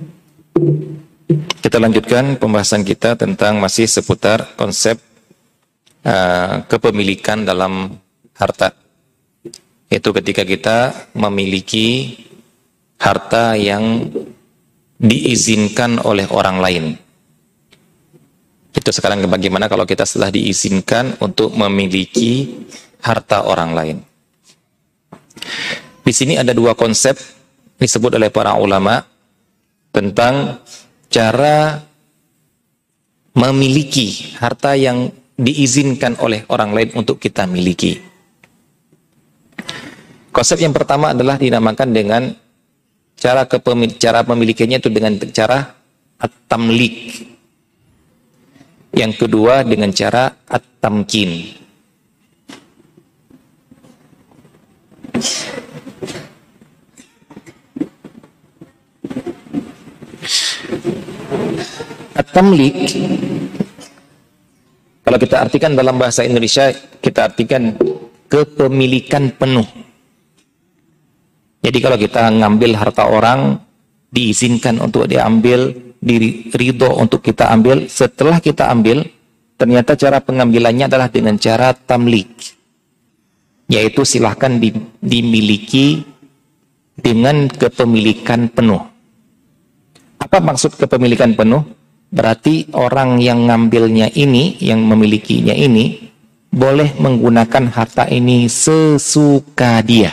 Kita lanjutkan pembahasan kita tentang masih seputar konsep kepemilikan dalam harta. Itu ketika kita memiliki harta yang diizinkan oleh orang lain. Itu sekarang bagaimana kalau kita setelah diizinkan untuk memiliki harta orang lain. Di sini ada dua konsep disebut oleh para ulama tentang cara memiliki harta yang diizinkan oleh orang lain untuk kita miliki. Konsep yang pertama adalah dinamakan dengan cara memilikinya itu dengan cara at-tamlik. Yang kedua dengan cara at-tamkin. At-tamlik, kalau kita artikan dalam bahasa Indonesia, kita artikan kepemilikan penuh. Jadi kalau kita ngambil harta orang, diizinkan untuk diambil, ridho untuk kita ambil, setelah kita ambil, ternyata cara pengambilannya adalah dengan cara tamlik, yaitu silahkan dimiliki dengan kepemilikan penuh. Apa maksud kepemilikan penuh? Berarti orang yang ngambilnya ini, yang memilikinya ini, boleh menggunakan harta ini sesuka dia.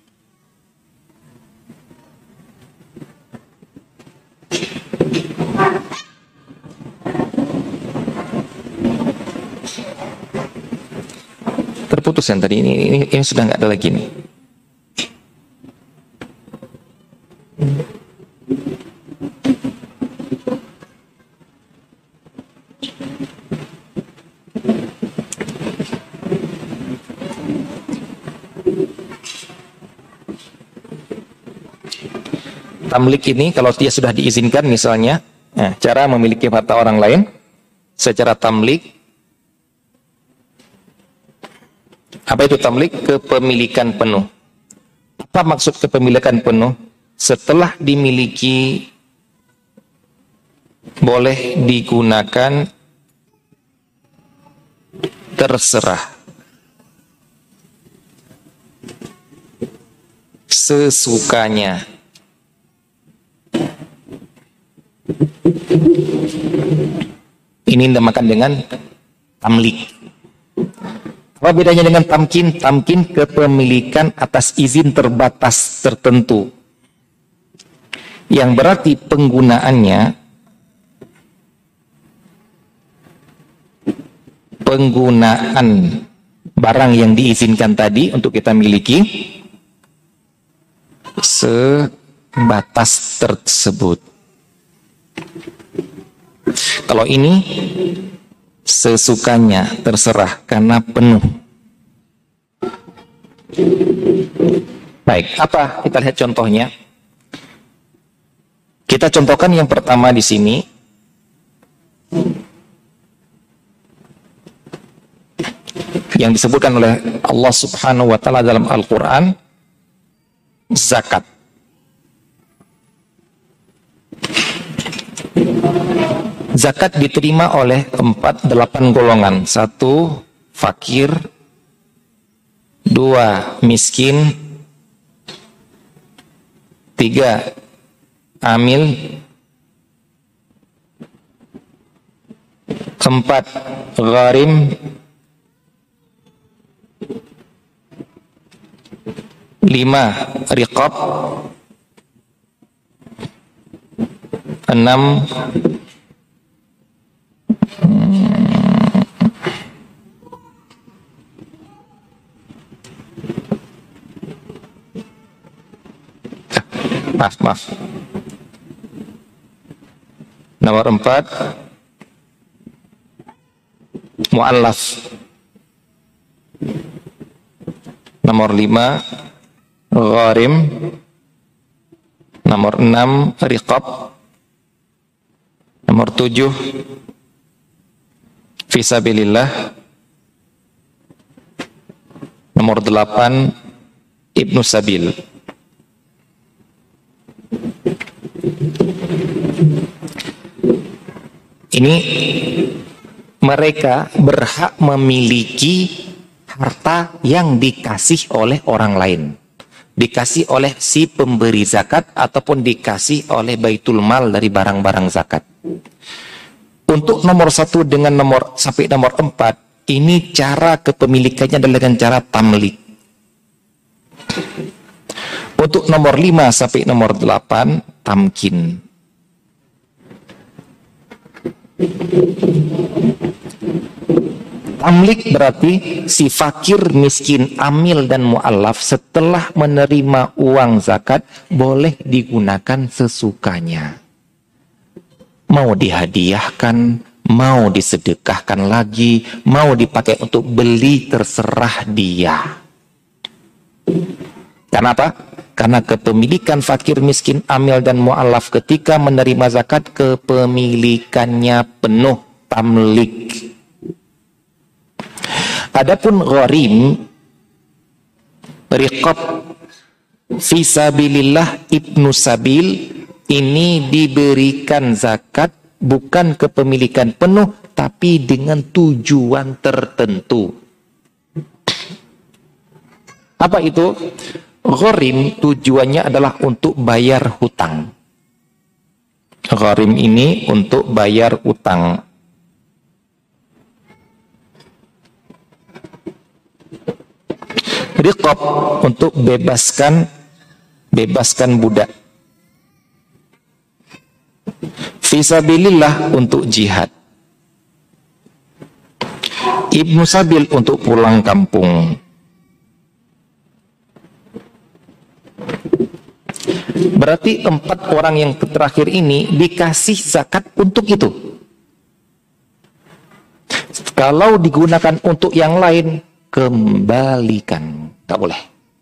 Terputus yang tadi, ini sudah nggak ada lagi nih. Tamlik ini kalau dia sudah diizinkan misalnya, cara memiliki harta orang lain secara tamlik. Apa itu tamlik? Kepemilikan penuh. Apa maksud kepemilikan penuh? Setelah dimiliki boleh digunakan terserah, sesukanya. Ini dinamakan dengan tamlik. Apa bedanya dengan tamkin? Tamkin kepemilikan atas izin terbatas tertentu, yang berarti penggunaan barang yang diizinkan tadi untuk kita miliki sebatas tersebut. Kalau ini sesukanya, terserah, karena penuh. Baik, apa? Kita lihat contohnya. Kita contohkan yang pertama di sini. Yang disebutkan oleh Allah Subhanahu wa taala dalam Al-Qur'an, zakat. Zakat diterima oleh 8 golongan. 1, fakir. 2, miskin. 3, amil. 4, gharim. 5, riqab. 6, maaf. Nomor 4, mu'allaf. Nomor 5, gharim. Nomor 6, riqab. Nomor 7, fisabilillah. Nomor 8, ibnu sabil. Ini mereka berhak memiliki harta yang dikasih oleh orang lain, dikasih oleh si pemberi zakat ataupun dikasih oleh baitul mal dari barang-barang zakat. Untuk nomor 1 dengan sampai nomor 4, ini cara kepemilikannya adalah dengan cara tamlik. Untuk nomor 5 sampai nomor 8, tamkin. Tamlik berarti si fakir, miskin, amil, dan mu'allaf setelah menerima uang zakat boleh digunakan sesukanya. Mau dihadiahkan, mau disedekahkan lagi, mau dipakai untuk beli, terserah dia. Karena apa? Karena kepemilikan fakir, miskin, amil, dan mu'allaf ketika menerima zakat, kepemilikannya penuh, tamlik. Adapun gharim, riqab, Fisabilillah ibnu sabil ini diberikan zakat bukan kepemilikan penuh, tapi dengan tujuan tertentu. Apa itu? Gharim tujuannya adalah untuk bayar hutang. Gharim ini untuk bayar hutang. Riqab untuk bebaskan budak. Fisabilillah untuk jihad. Ibnu sabil untuk pulang kampung. Berarti 4 orang yang terakhir ini dikasih zakat untuk itu. Kalau digunakan untuk yang lain, kembalikan. Tak boleh.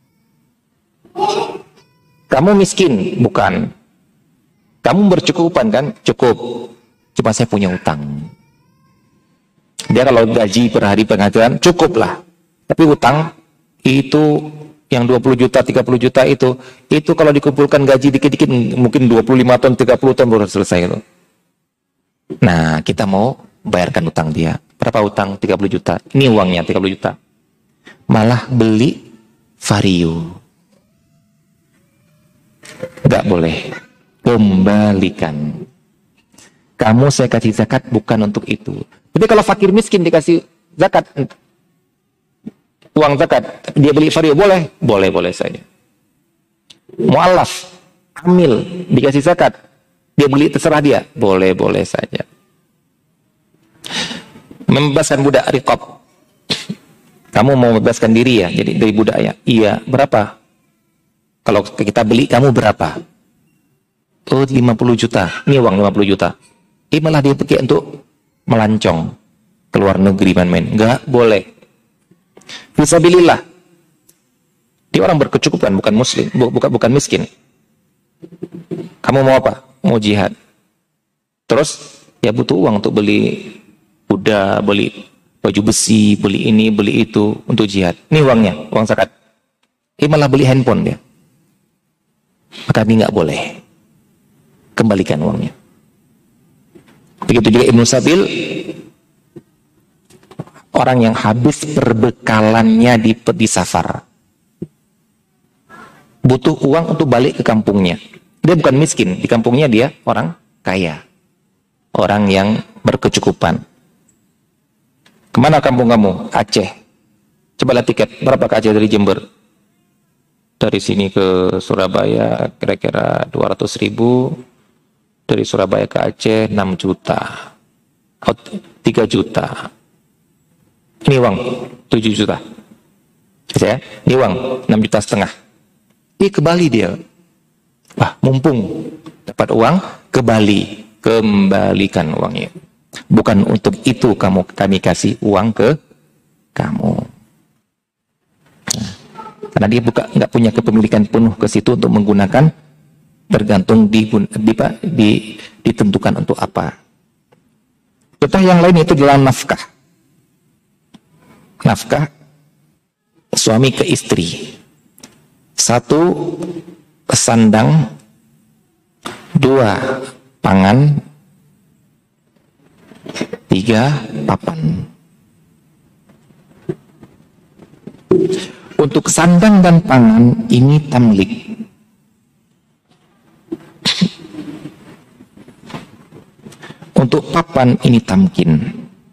Kamu miskin? Bukan. Kamu bercukupan kan? Cukup. Cuma saya punya utang. Dia kalau gaji per hari penghasilan, cukuplah. Tapi utang itu yang 20 juta, 30 juta itu kalau dikumpulkan gaji dikit-dikit mungkin 25 tahun, 30 tahun baru selesai itu. Nah, kita mau bayarkan utang dia. Berapa utang? 30 juta. Ini uangnya 30 juta. Malah beli vario. Enggak boleh. Kembalikan. Kamu saya kasih zakat bukan untuk itu. Tapi kalau fakir miskin dikasih zakat, uang zakat, dia beli vario, boleh? Boleh saja. Mu'allaf, amil, dikasih zakat, dia beli terserah dia, boleh saja. Membebaskan budak, riqab. Kamu mau membebaskan diri ya, jadi dari budak ya? Iya, berapa? Kalau kita beli, kamu berapa? Oh, 50 juta. Ini uang 50 juta. Ini malah dia pakai untuk melancong ke luar negeri main-main. Enggak boleh. Fisabilillah. Dia orang berkecukupan, bukan muslim, bukan miskin. Kamu mau apa? Mau jihad. Terus ya butuh uang untuk beli kuda, beli baju besi, beli ini, beli itu untuk jihad. Ini uangnya, uang zakat. Dia malah beli handphone dia. Maka ini nggak boleh. Kembalikan uangnya. Begitu juga Ibnu Sabil, orang yang habis perbekalannya di safar. Butuh uang untuk balik ke kampungnya. Dia bukan miskin, di kampungnya dia orang kaya. Orang yang berkecukupan. Kemana kampung kamu? Aceh. Cobalah tiket, berapa ke Aceh dari Jember? Dari sini ke Surabaya kira-kira 200.000. Dari Surabaya ke Aceh 6 juta. 3 juta. Ini uang 7 juta. Ya, ini uang 6 juta setengah. Ini ke Bali dia. Wah, mumpung dapat uang ke Bali, kembalikan uangnya. Bukan untuk itu kami kasih uang ke kamu. Nah, karena dia nggak punya kepemilikan penuh ke situ untuk menggunakan, tergantung ditentukan untuk apa. Contoh yang lain itu adalah nafkah. Nafkah suami ke istri. 1 sandang, 2 pangan, 3 papan. Untuk sandang dan pangan ini tamlik. Untuk papan ini tamkin.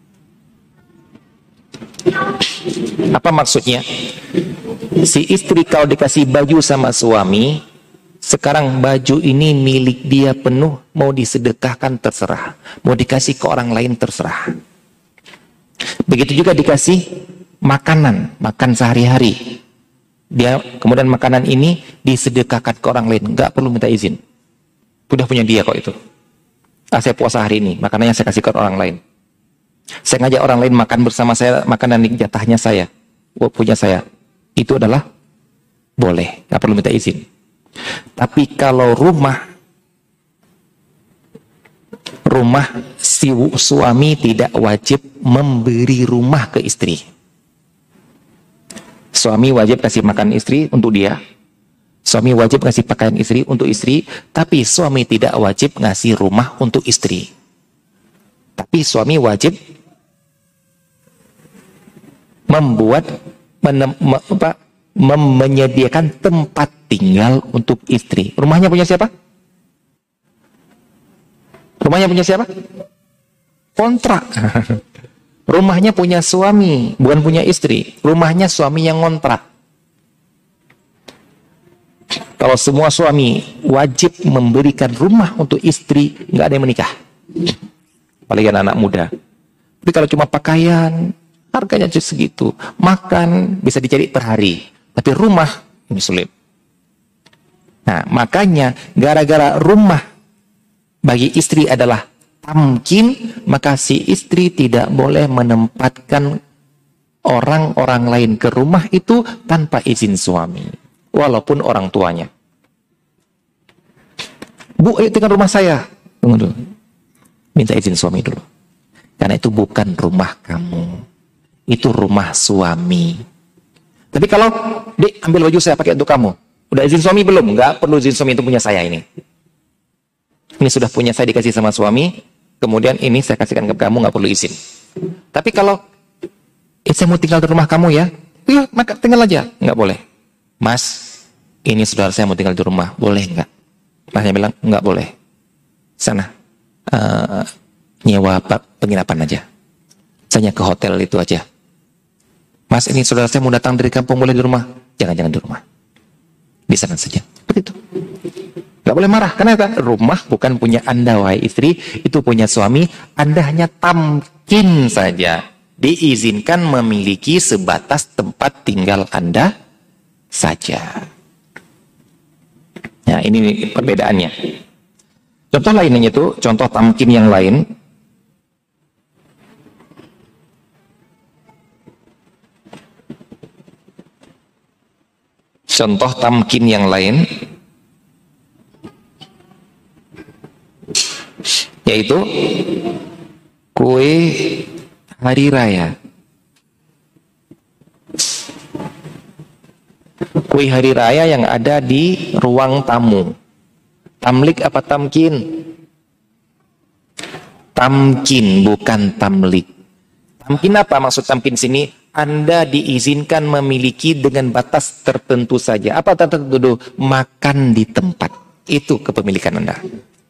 Apa maksudnya? Si istri kalau dikasih baju sama suami, sekarang baju ini milik dia penuh, mau disedekahkan terserah, mau dikasih ke orang lain terserah. Begitu juga dikasih makanan, makan sehari-hari. Dia kemudian makanan ini disedekahkan ke orang lain, nggak perlu minta izin. Udah punya dia kok itu. Saya puasa hari ini, makanannya saya kasih ke orang lain. Saya ngajak orang lain makan bersama saya, makanan ini jatahnya saya, punya saya. Itu adalah boleh, nggak perlu minta izin. Tapi kalau rumah si suami tidak wajib memberi rumah ke istri. Suami wajib kasih makan istri untuk dia. Suami wajib ngasih pakaian istri untuk istri, tapi suami tidak wajib ngasih rumah untuk istri. Tapi suami wajib menyediakan tempat tinggal untuk istri. Rumahnya punya siapa? Rumahnya punya siapa? Kontrak. Rumahnya punya suami, bukan punya istri. Rumahnya suami yang ngontrak. Kalau semua suami wajib memberikan rumah untuk istri, nggak ada yang menikah. Apalagi anak muda. Tapi kalau cuma pakaian, harganya segitu. Makan bisa dicari per hari. Tapi rumah, ini sulit. Nah, makanya gara-gara rumah bagi istri adalah tamkin, maka si istri tidak boleh menempatkan orang-orang lain ke rumah itu tanpa izin suami. Walaupun orang tuanya. Bu, ayo tinggal rumah saya. Tunggu dulu. Minta izin suami dulu. Karena itu bukan rumah kamu. Itu rumah suami. Tapi kalau, Dek, ambil baju saya pakai untuk kamu. Udah izin suami belum? Enggak perlu izin suami, itu punya saya ini. Ini sudah punya saya, dikasih sama suami. Kemudian ini saya kasihkan ke kamu, nggak perlu izin. Tapi kalau, saya mau tinggal di rumah kamu ya. Iya, maka tinggal aja. Nggak boleh. Mas, ini saudara saya mau tinggal di rumah, boleh nggak? Masnya bilang, nggak boleh. Sana, nyewa penginapan aja. Saya ke hotel itu aja. Mas, ini saudara saya mau datang dari kampung, boleh di rumah? Jangan-jangan di rumah. Di sana saja. Seperti itu. Nggak boleh marah. Karena rumah bukan punya Anda, wahai istri. Itu punya suami. Anda hanya tamkin saja. Diizinkan memiliki sebatas tempat tinggal Anda saja. Ya, ini perbedaannya. Contoh lainnya itu, contoh tamkin yang lain. Contoh tamkin yang lain, yaitu kue hari raya. Kue hari raya yang ada di ruang tamu. Tamlik apa tamkin? Tamkin, bukan tamlik. Tamkin apa maksud tamkin sini? Anda diizinkan memiliki dengan batas tertentu saja. Apa tertentu? Makan di tempat. Itu kepemilikan Anda.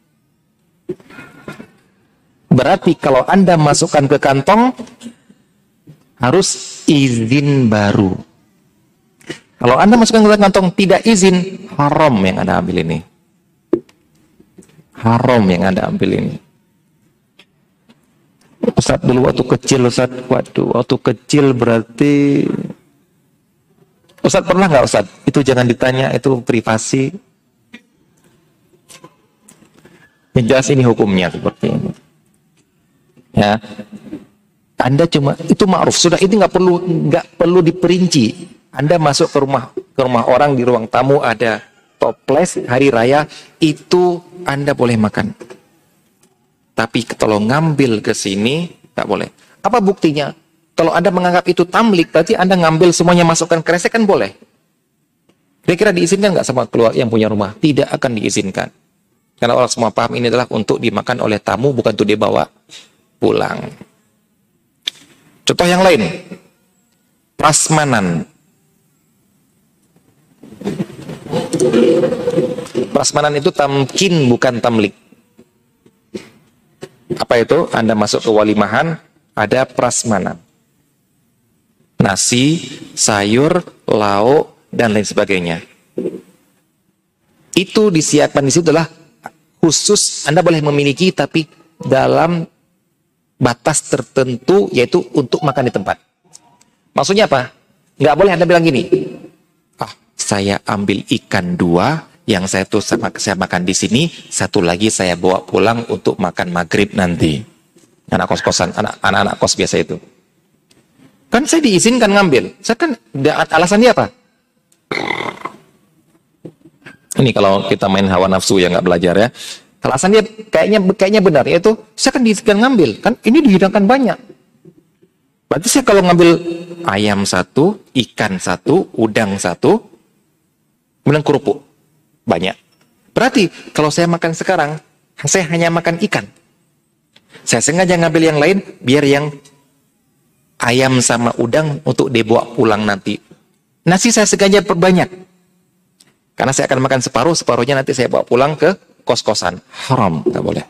Berarti kalau Anda masukkan ke kantong, harus izin baru. Kalau Anda masukkan ke kantong tidak izin, haram yang Anda ambil ini. Haram yang Anda ambil ini. Ustaz dulu waktu kecil, Ustaz. Waduh, waktu kecil berarti... Ustaz pernah nggak Ustaz? Itu jangan ditanya, itu privasi. Yang jelas ini hukumnya seperti ini. Ya, Anda cuma itu ma'ruf. Sudah itu nggak perlu diperinci. Anda masuk ke rumah orang di ruang tamu ada toples hari raya, itu Anda boleh makan. Tapi kalau ngambil ke sini tak boleh. Apa buktinya? Kalau Anda menganggap itu tamlik, berarti Anda ngambil semuanya masukkan kresek kan boleh. Kira-kira diizinkan nggak sama keluarga yang punya rumah? Tidak akan diizinkan. Karena orang semua paham ini adalah untuk dimakan oleh tamu, bukan untuk dibawa pulang. Contoh yang lain, prasmanan. Prasmanan itu tamkin, bukan tamlik. Apa itu? Anda masuk ke walimahan, ada prasmanan. Nasi, sayur, lauk, dan lain sebagainya. Itu disiapkan di situ adalah khusus Anda boleh memiliki, tapi dalam batas tertentu, yaitu untuk makan di tempat. Maksudnya apa? Nggak boleh Anda bilang gini, saya ambil ikan 2, yang saya makan di sini, satu lagi saya bawa pulang untuk makan maghrib nanti. Anak kos-kosan, anak-anak kos biasa itu. Kan saya diizinkan ngambil. Saya kan, alasannya apa? Ini kalau kita main hawa nafsu ya nggak belajar ya. Alasannya kayaknya benar, yaitu saya kan diizinkan ngambil. Kan ini dihidangkan banyak. Berarti saya kalau ngambil ayam 1, ikan 1, udang 1, kemudian kerupuk. banyak. Berarti kalau saya makan sekarang, saya hanya makan ikan. Saya sengaja ngambil yang lain, biar yang ayam sama udang untuk dibawa pulang nanti. Nasi saya sengaja perbanyak. Karena saya akan makan separuh, separuhnya nanti saya bawa pulang ke kos-kosan. Haram, nggak boleh.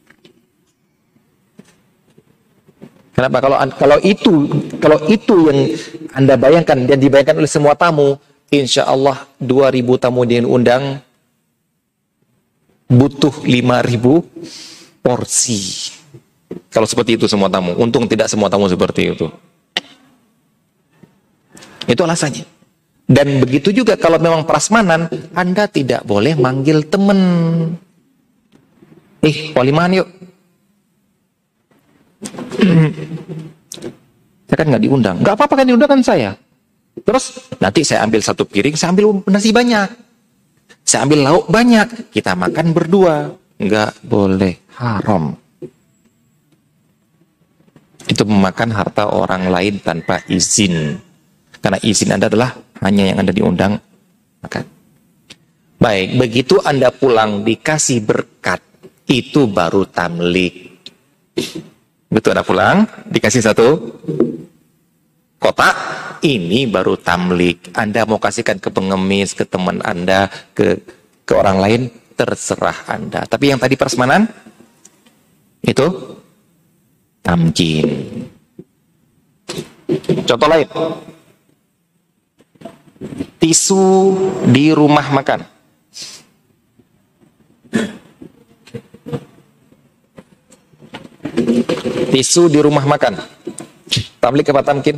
Kenapa? Kalau itu yang Anda bayangkan dan dibayangkan oleh semua tamu, insya Allah 2.000 tamu yang diundang butuh 5.000 porsi. Kalau seperti itu semua tamu. Untung tidak semua tamu seperti itu. Itu alasannya. Dan begitu juga kalau memang prasmanan, Anda tidak boleh manggil teman. Walimahan yuk. Saya kan nggak diundang. Nggak apa-apa kan diundang kan saya. Terus nanti saya ambil satu piring, saya ambil nasi banyak. Saya ambil lauk banyak. Kita makan berdua. Nggak boleh. Haram. Itu memakan harta orang lain tanpa izin. Karena izin Anda adalah hanya yang Anda diundang makan. Baik, begitu Anda pulang dikasih berkat, itu baru tamlik. Betul, Anda pulang dikasih satu kotak, ini baru tamlik. Anda mau kasihkan ke pengemis, ke teman Anda, ke orang lain, terserah Anda. Tapi yang tadi prasmanan itu tamkin. Contoh lain, tisu di rumah makan. Tisu di rumah makan. Tamlik apa tamkin?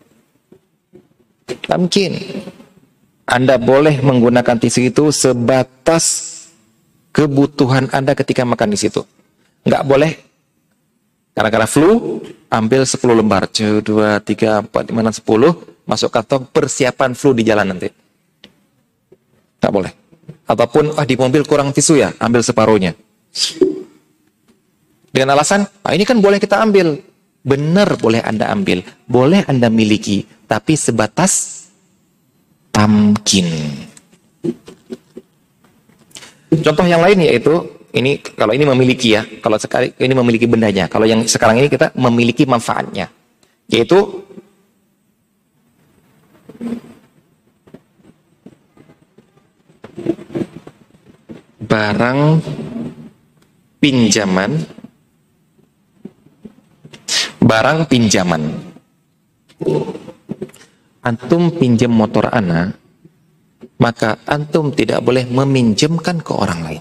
Tamkin. Anda boleh menggunakan tisu itu sebatas kebutuhan Anda ketika makan di situ. Nggak boleh karena flu, ambil 10 lembar. 1, 2, 3, 4, 5, 6, 10. Masuk kantong, persiapan flu di jalan nanti. Nggak boleh. Ataupun, di mobil kurang tisu ya, ambil separuhnya. Dengan alasan, ini kan boleh kita ambil. Benar boleh Anda ambil. Boleh Anda miliki. Tapi sebatas tamkin. Contoh yang lain yaitu, ini kalau ini memiliki ya, kalau sekali ini memiliki bendanya. Kalau yang sekarang ini kita memiliki manfaatnya, yaitu barang pinjaman. Barang pinjaman. Antum pinjam motor ana, maka antum tidak boleh meminjamkan ke orang lain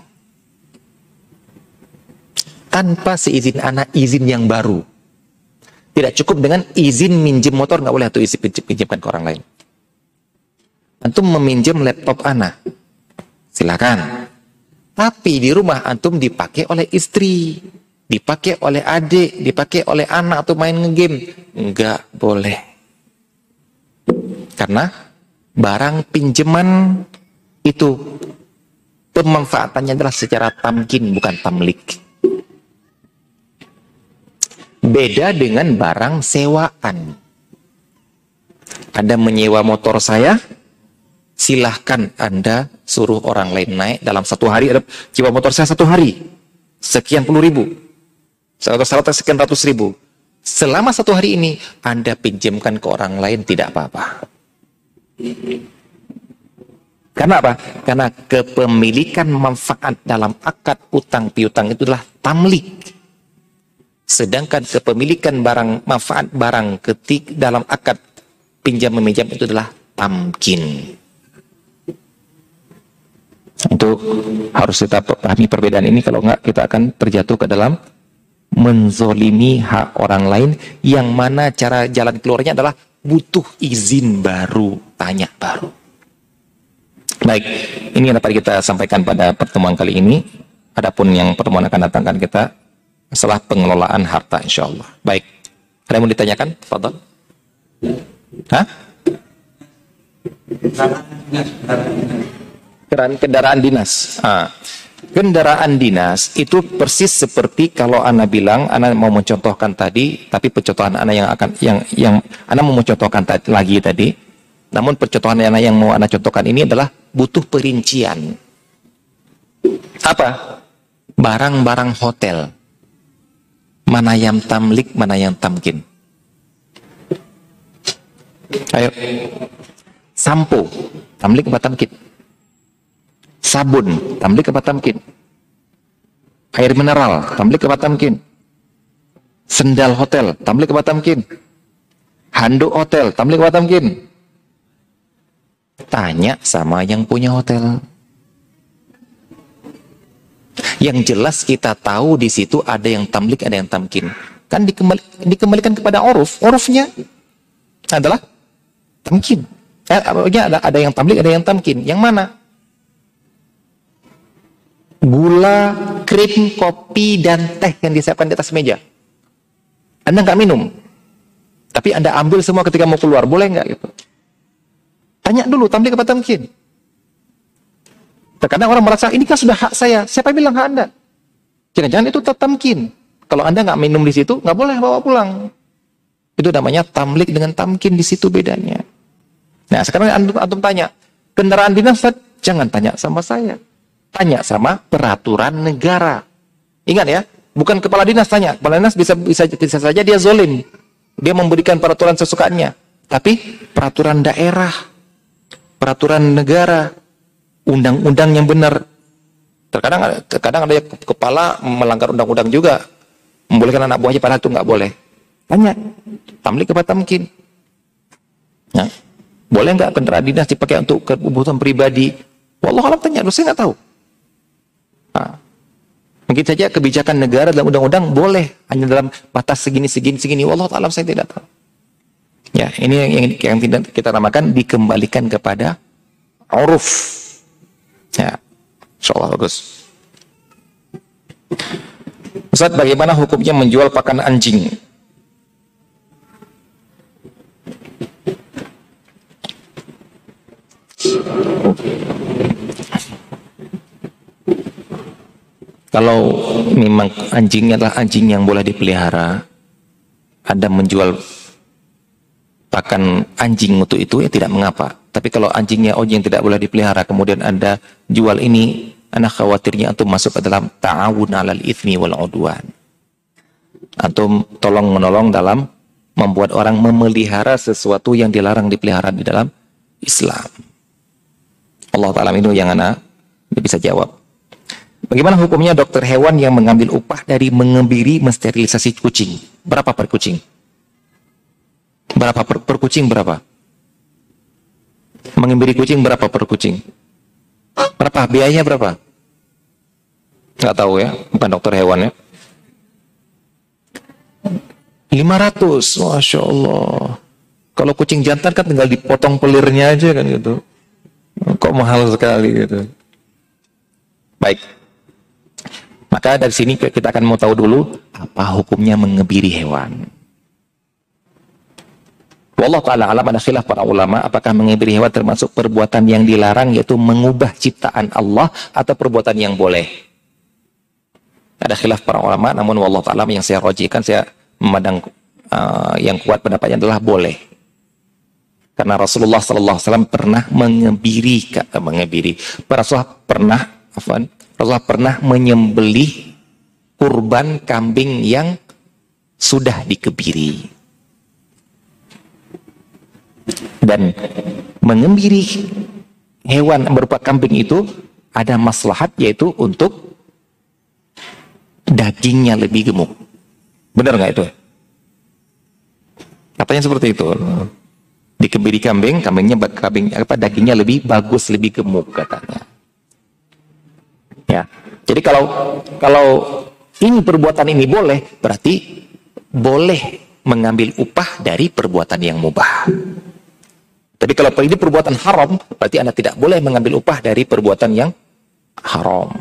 tanpa seizin anak, izin yang baru. Tidak cukup dengan izin minjem motor, nggak boleh atau izin pinjamkan ke orang lain. Antum meminjam laptop anak, silakan. Tapi di rumah antum dipakai oleh istri, dipakai oleh adik, dipakai oleh anak atau main ngegame, nggak boleh. Karena barang pinjaman itu pemanfaatannya adalah secara tamkin, bukan tamlik. Beda dengan barang sewaan. Anda menyewa motor saya, silahkan Anda suruh orang lain naik dalam 1 hari. Sewa motor saya 1 hari, sekian puluh ribu, sekian ratus ribu. Selama 1 hari ini Anda pinjamkan ke orang lain, tidak apa-apa. Karena apa? Karena kepemilikan manfaat dalam akad utang piutang itu adalah tamlik. Sedangkan kepemilikan barang manfaat barang ketik dalam akad pinjam meminjam itu adalah tamkin. Itu harus kita pahami perbedaan ini, kalau enggak kita akan terjatuh ke dalam menzolimi hak orang lain, yang mana cara jalan keluarnya adalah butuh izin baru, tanya baru. Baik, ini yang dapat kita sampaikan pada pertemuan kali ini. Adapun yang pertemuan akan datangkan kita masalah pengelolaan harta, insya Allah. Baik, ada yang mau ditanyakan? Fadhal. Hah? Kendaraan dinas. Kendaraan dinas itu persis seperti kalau Ana bilang, Ana mau mencontohkan tadi, tapi pencontohan Ana yang Ana mau mencontohkan lagi tadi. Namun pencontohan Ana yang mau Ana contohkan ini adalah butuh perincian. Apa? Barang-barang hotel. Mana yang tamlik, mana yang tamkin. Ayo. Sampo, tamlik apa tamkin? Sabun, tamlik apa tamkin? Air mineral, tamlik apa tamkin? Sendal hotel, tamlik apa tamkin? Handuk hotel, tamlik apa tamkin? Tanya sama yang punya hotel. Yang jelas kita tahu di situ ada yang tamlik, ada yang tamkin. Kan dikembalikan kepada uruf. Urufnya adalah tamkin. Ada yang tamlik, ada yang tamkin. Yang mana? Gula, krim, kopi, dan teh yang disiapkan di atas meja. Anda nggak minum, tapi Anda ambil semua ketika mau keluar. Boleh nggak gitu? Tanya dulu, tamlik apa tamkin? Terkadang orang merasa, ini kan sudah hak saya. Siapa yang bilang hak Anda? Jangan-jangan itu tamkin. Kalau Anda nggak minum di situ, nggak boleh bawa pulang. Itu namanya tamlik dengan tamkin, di situ bedanya. Nah, sekarang antum tanya, kendaraan dinas, jangan tanya sama saya. Tanya sama peraturan negara. Ingat ya, bukan kepala dinas tanya. Kepala dinas bisa saja dia zolim. Dia memberikan peraturan sesukanya. Tapi peraturan daerah, peraturan negara, undang-undang yang benar. Terkadang ada kepala melanggar undang-undang juga, membolehkan anak buahnya padahal itu nggak boleh. Tanya, tamlik apa tamkin? Nah, boleh nggak kendaraan dinas dipakai untuk kebutuhan pribadi? Wallahu a'lam, tanya, saya nggak tahu. Nah, mungkin saja kebijakan negara dalam undang-undang boleh hanya dalam batas segini. Wallahu a'lam, saya tidak tahu. Ya, ini yang tidak kita namakan dikembalikan kepada uruf. Ya, insyaallah bagus. Ustaz, bagaimana hukumnya menjual pakan anjing? Kalau memang anjingnya adalah anjing yang boleh dipelihara, Anda menjual pakan anjing untuk itu, ya tidak mengapa. Tapi kalau anjingnya yang tidak boleh dipelihara, kemudian Anda jual ini, anak khawatirnya antum masuk ke dalam ta'awun 'alal itsmi wal 'udwan. Antum tolong-menolong dalam membuat orang memelihara sesuatu yang dilarang dipelihara di dalam Islam. Allah Ta'ala itu yang anak bisa jawab. Bagaimana hukumnya dokter hewan yang mengambil upah dari mengebiri mensterilisasi kucing? Berapa per kucing? Berapa per kucing berapa? Mengebiri kucing berapa per kucing? Berapa? Biayanya berapa? Nggak tahu ya, bukan dokter hewan ya. 500, Masya Allah. Kalau kucing jantan kan tinggal dipotong pelirnya aja kan gitu. Kok mahal sekali gitu. Baik. Maka dari sini kita akan mau tahu dulu apa hukumnya mengebiri hewan. Wallahu ta'ala alam, ada khilaf para ulama apakah mengebiri hewan termasuk perbuatan yang dilarang, yaitu mengubah ciptaan Allah, atau perbuatan yang boleh. Ada khilaf para ulama, namun wallahu ta'ala yang saya rajihkan, saya memandang yang kuat pendapatnya adalah boleh. Karena Rasulullah SAW pernah Rasulullah pernah menyembelih kurban kambing yang sudah dikebiri. Dan mengebiri hewan berupa kambing itu ada maslahat, yaitu untuk dagingnya lebih gemuk. Benar nggak itu? Katanya seperti itu. Dikebiri kambingnya dagingnya lebih bagus, lebih gemuk katanya. Ya. Jadi kalau ini perbuatan ini boleh, berarti boleh mengambil upah dari perbuatan yang mubah. Tapi kalau ini perbuatan haram, berarti Anda tidak boleh mengambil upah dari perbuatan yang haram.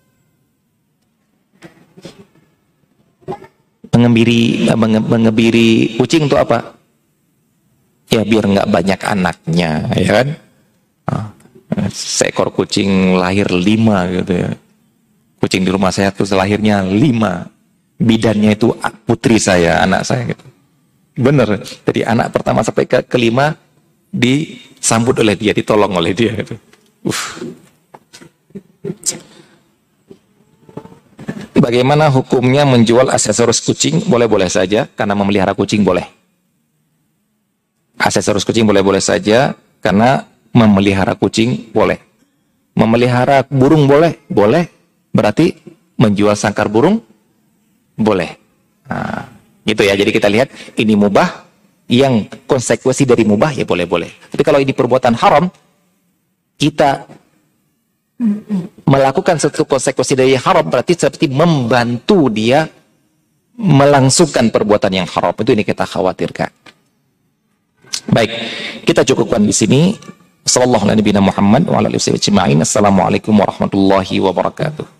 Mengebiri kucing untuk apa? Ya biar nggak banyak anaknya, ya kan? Seekor kucing lahir 5 gitu ya. Kucing di rumah saya tuh lahirnya 5. Bidannya itu putri saya, anak saya gitu. Bener. Jadi anak pertama sampai kelima disambut oleh dia, ditolong oleh dia gitu. Bagaimana hukumnya menjual aksesoris kucing? Boleh-boleh saja, karena memelihara kucing boleh. Aksesoris kucing boleh-boleh saja, karena memelihara kucing boleh. Memelihara burung boleh? Boleh. Berarti menjual sangkar burung? Boleh. Nah, gitu ya. Jadi kita lihat, ini mubah, yang konsekuensi dari mubah ya boleh-boleh. Tapi kalau ini perbuatan haram, kita melakukan satu konsekuensi dari haram, berarti seperti membantu dia melangsungkan perbuatan yang haram. Itu ini kita khawatirkan. Baik, kita cukupkan di sini. Sallallahu alaihi Muhammad wa ala alihi wa sahbihi ajma'in. Assalamualaikum warahmatullahi wabarakatuh.